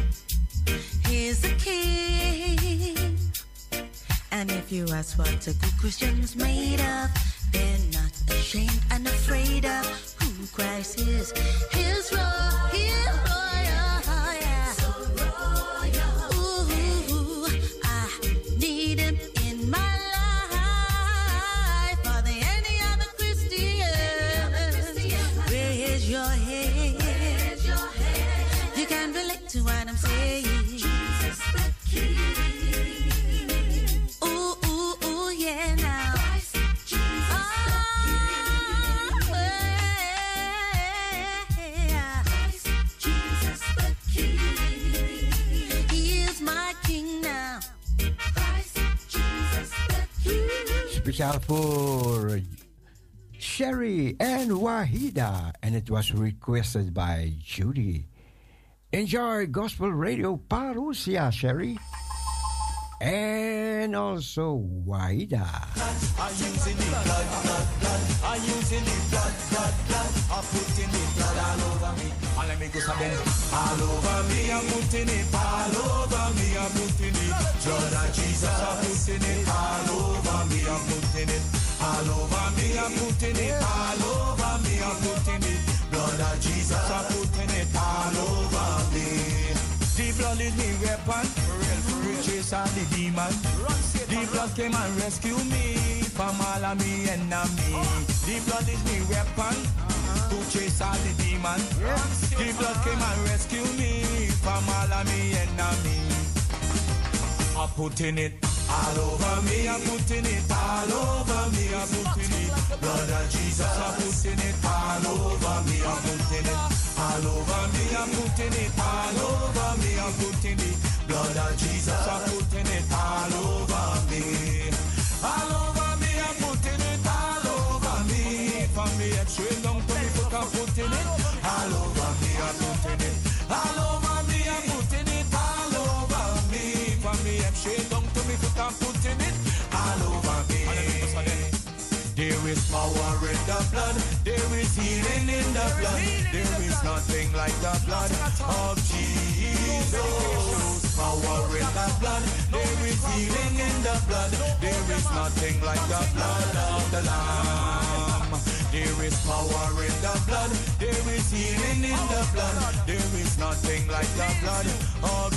He is a king. And if you ask what a good Christian's made of, they're not ashamed and afraid of who Christ is. He's royal, he's royal, yeah. So royal. Ooh, I need him in my life. Are there any other Christians? Raise your hand. You can relate to what I'm saying. Jesus the King. Ooh, ooh, ooh, yeah, now. Speciaal voor Sherry en Wahida. En it was requested by Judy. Enjoy Gospel Radio Parousia, Sherry. And also Waida. I'm using the blood. I'm using the blood. I'm putting the blood all over me. And let me go again. All over me, I'm putting it. All over me, I'm putting it. Blood of Jesus, I'm putting it. All over me, I'm putting it. All over me, I'm putting it. All over me, I'm putting it. Blood of Jesus, I'm putting it. All over me. The blood is me weapon. Chase all the demon. The blood came and rescue me from all of me enemies. The blood is me weapon to chase all the demon. The blood came and rescue me from all of me enemies. I'm putting it all over me. I'm putting it all over me. I'm putting it. Blood of Jesus. I'm putting it all over me. I'm putting it all over me. I'm putting it all over me. I'm putting it. Blood of Jesus, I'm putting it all over me. All over me, I'm putting it all over me. From me head straight down to me foot, I'm putting it all over me. I'm putting it all over me. I'm putting it all over me. From me head straight down to me foot, I'm putting it all over me. There is power in the blood. There is healing in the blood. There is nothing like the blood of Jesus. Power in the blood. There is healing in the blood. There is nothing like the blood of the Lamb. There is power in the blood. There is healing in the blood. There is nothing like the blood of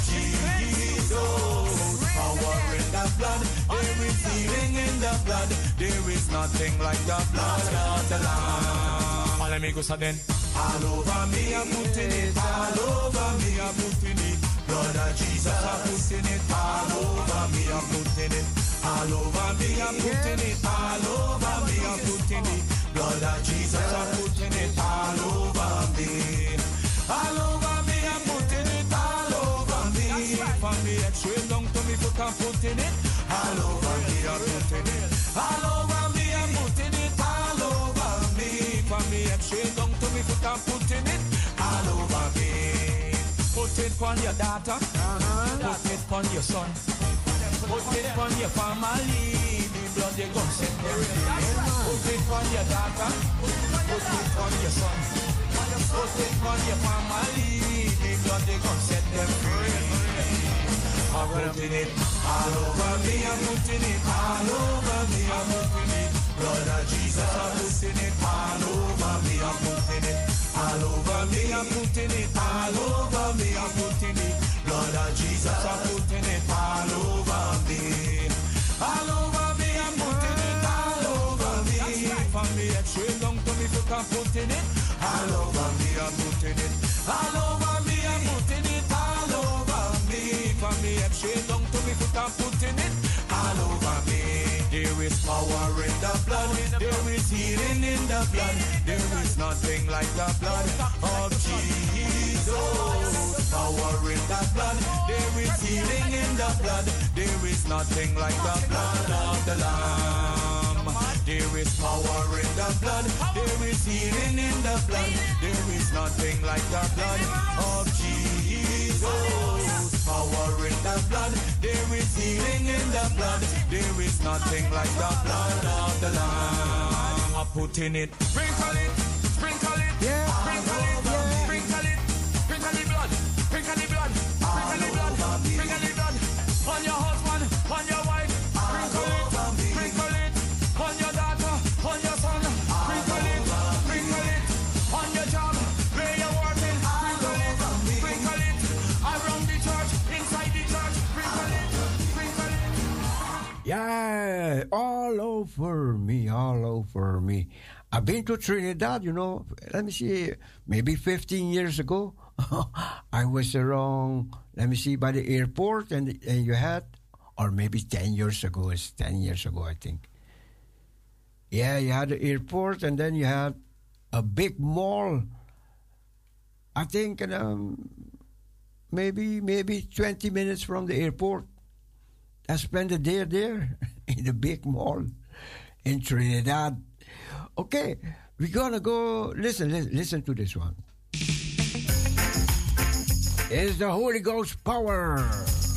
Jesus. Power in the blood. There is healing in the blood. There is nothing like the blood of the Lamb. All amigos are then. All over me, I'm putting it. All over me, I'm putting it. Blood of Jesus, I'm putting it. All over me, I'm putting it. All over me, I'm putting it. All over me, I'm putting it. Blood of Jesus, I'm putting it. All over me. All over me, I'm putting it. All over me. From me head straight down to me foot, I'm putting it. All over me, I'm putting it. All over me, I'm putting it. All over me. From me head straight down to me foot, I'm putting it. All over me. Put it on your daughter, put it on your son, put it on your family, the blood they gon' set them free. Put it on your daughter, put it on your son, put it on your family, the blood they gon' set them free. I'm putting it all over me, I'm putting it all over me, I'm putting it. Blood of Jesus, I'm putting it all over me, I'm putting it. All over me, I'm putting it all over me, I'm putting it. Blood of Jesus, I'm putting it all over me. All over me, I'm putting it all over me. From me head straight down to me foot, I'm putting it all over me, I'm putting it. All over me, I'm putting it all over me. From me head straight down to me foot, I'm putting it all over me. There is power in the blood. There is healing in the blood. There is nothing like the blood of Jesus. Power in the blood. There is healing in the blood. There is nothing like the blood of the Lamb. There is power in the blood. There is healing in the blood. There is nothing like the blood of Jesus. Power in the blood. There is healing in the blood. There is nothing like the blood of the Lamb. I'm putting it. Sprinkle it. Sprinkle it. Yeah. Sprinkle it. Sprinkle it. Sprinkle the blood. Sprinkle the blood. Sprinkle the blood. Sprinkle the blood. On your husband. On your wife. Sprinkle it. Sprinkle it. On your daughter. On your son. Sprinkle it. Sprinkle it. On your job. Where you're working. Sprinkle it. Sprinkle it. Around the church. Inside the church. Sprinkle it. Sprinkle it. Yeah, all over me, all over me. I've been to Trinidad, you know, let me see, maybe 15 years ago. I was around, let me see, by the airport, and you had, or maybe 10 years ago, it's 10 years ago, I think. Yeah, you had the airport, and then you had a big mall. I think maybe 20 minutes from the airport. I spent a day there in the big mall in Trinidad. Okay, we're gonna go listen to this one. is the Holy Ghost power.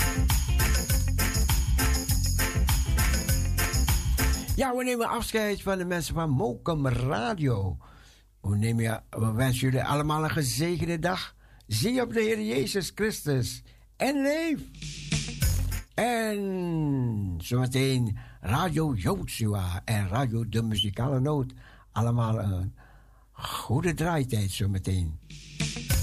Ja, we nemen afscheid van de mensen van Mokum Radio. We wensen jullie allemaal een gezegende dag. Zie op de Heer Jezus Christus en leef. En zometeen Radio Joshua en Radio De Muzikale Noot. Allemaal een goede draaitijd zometeen.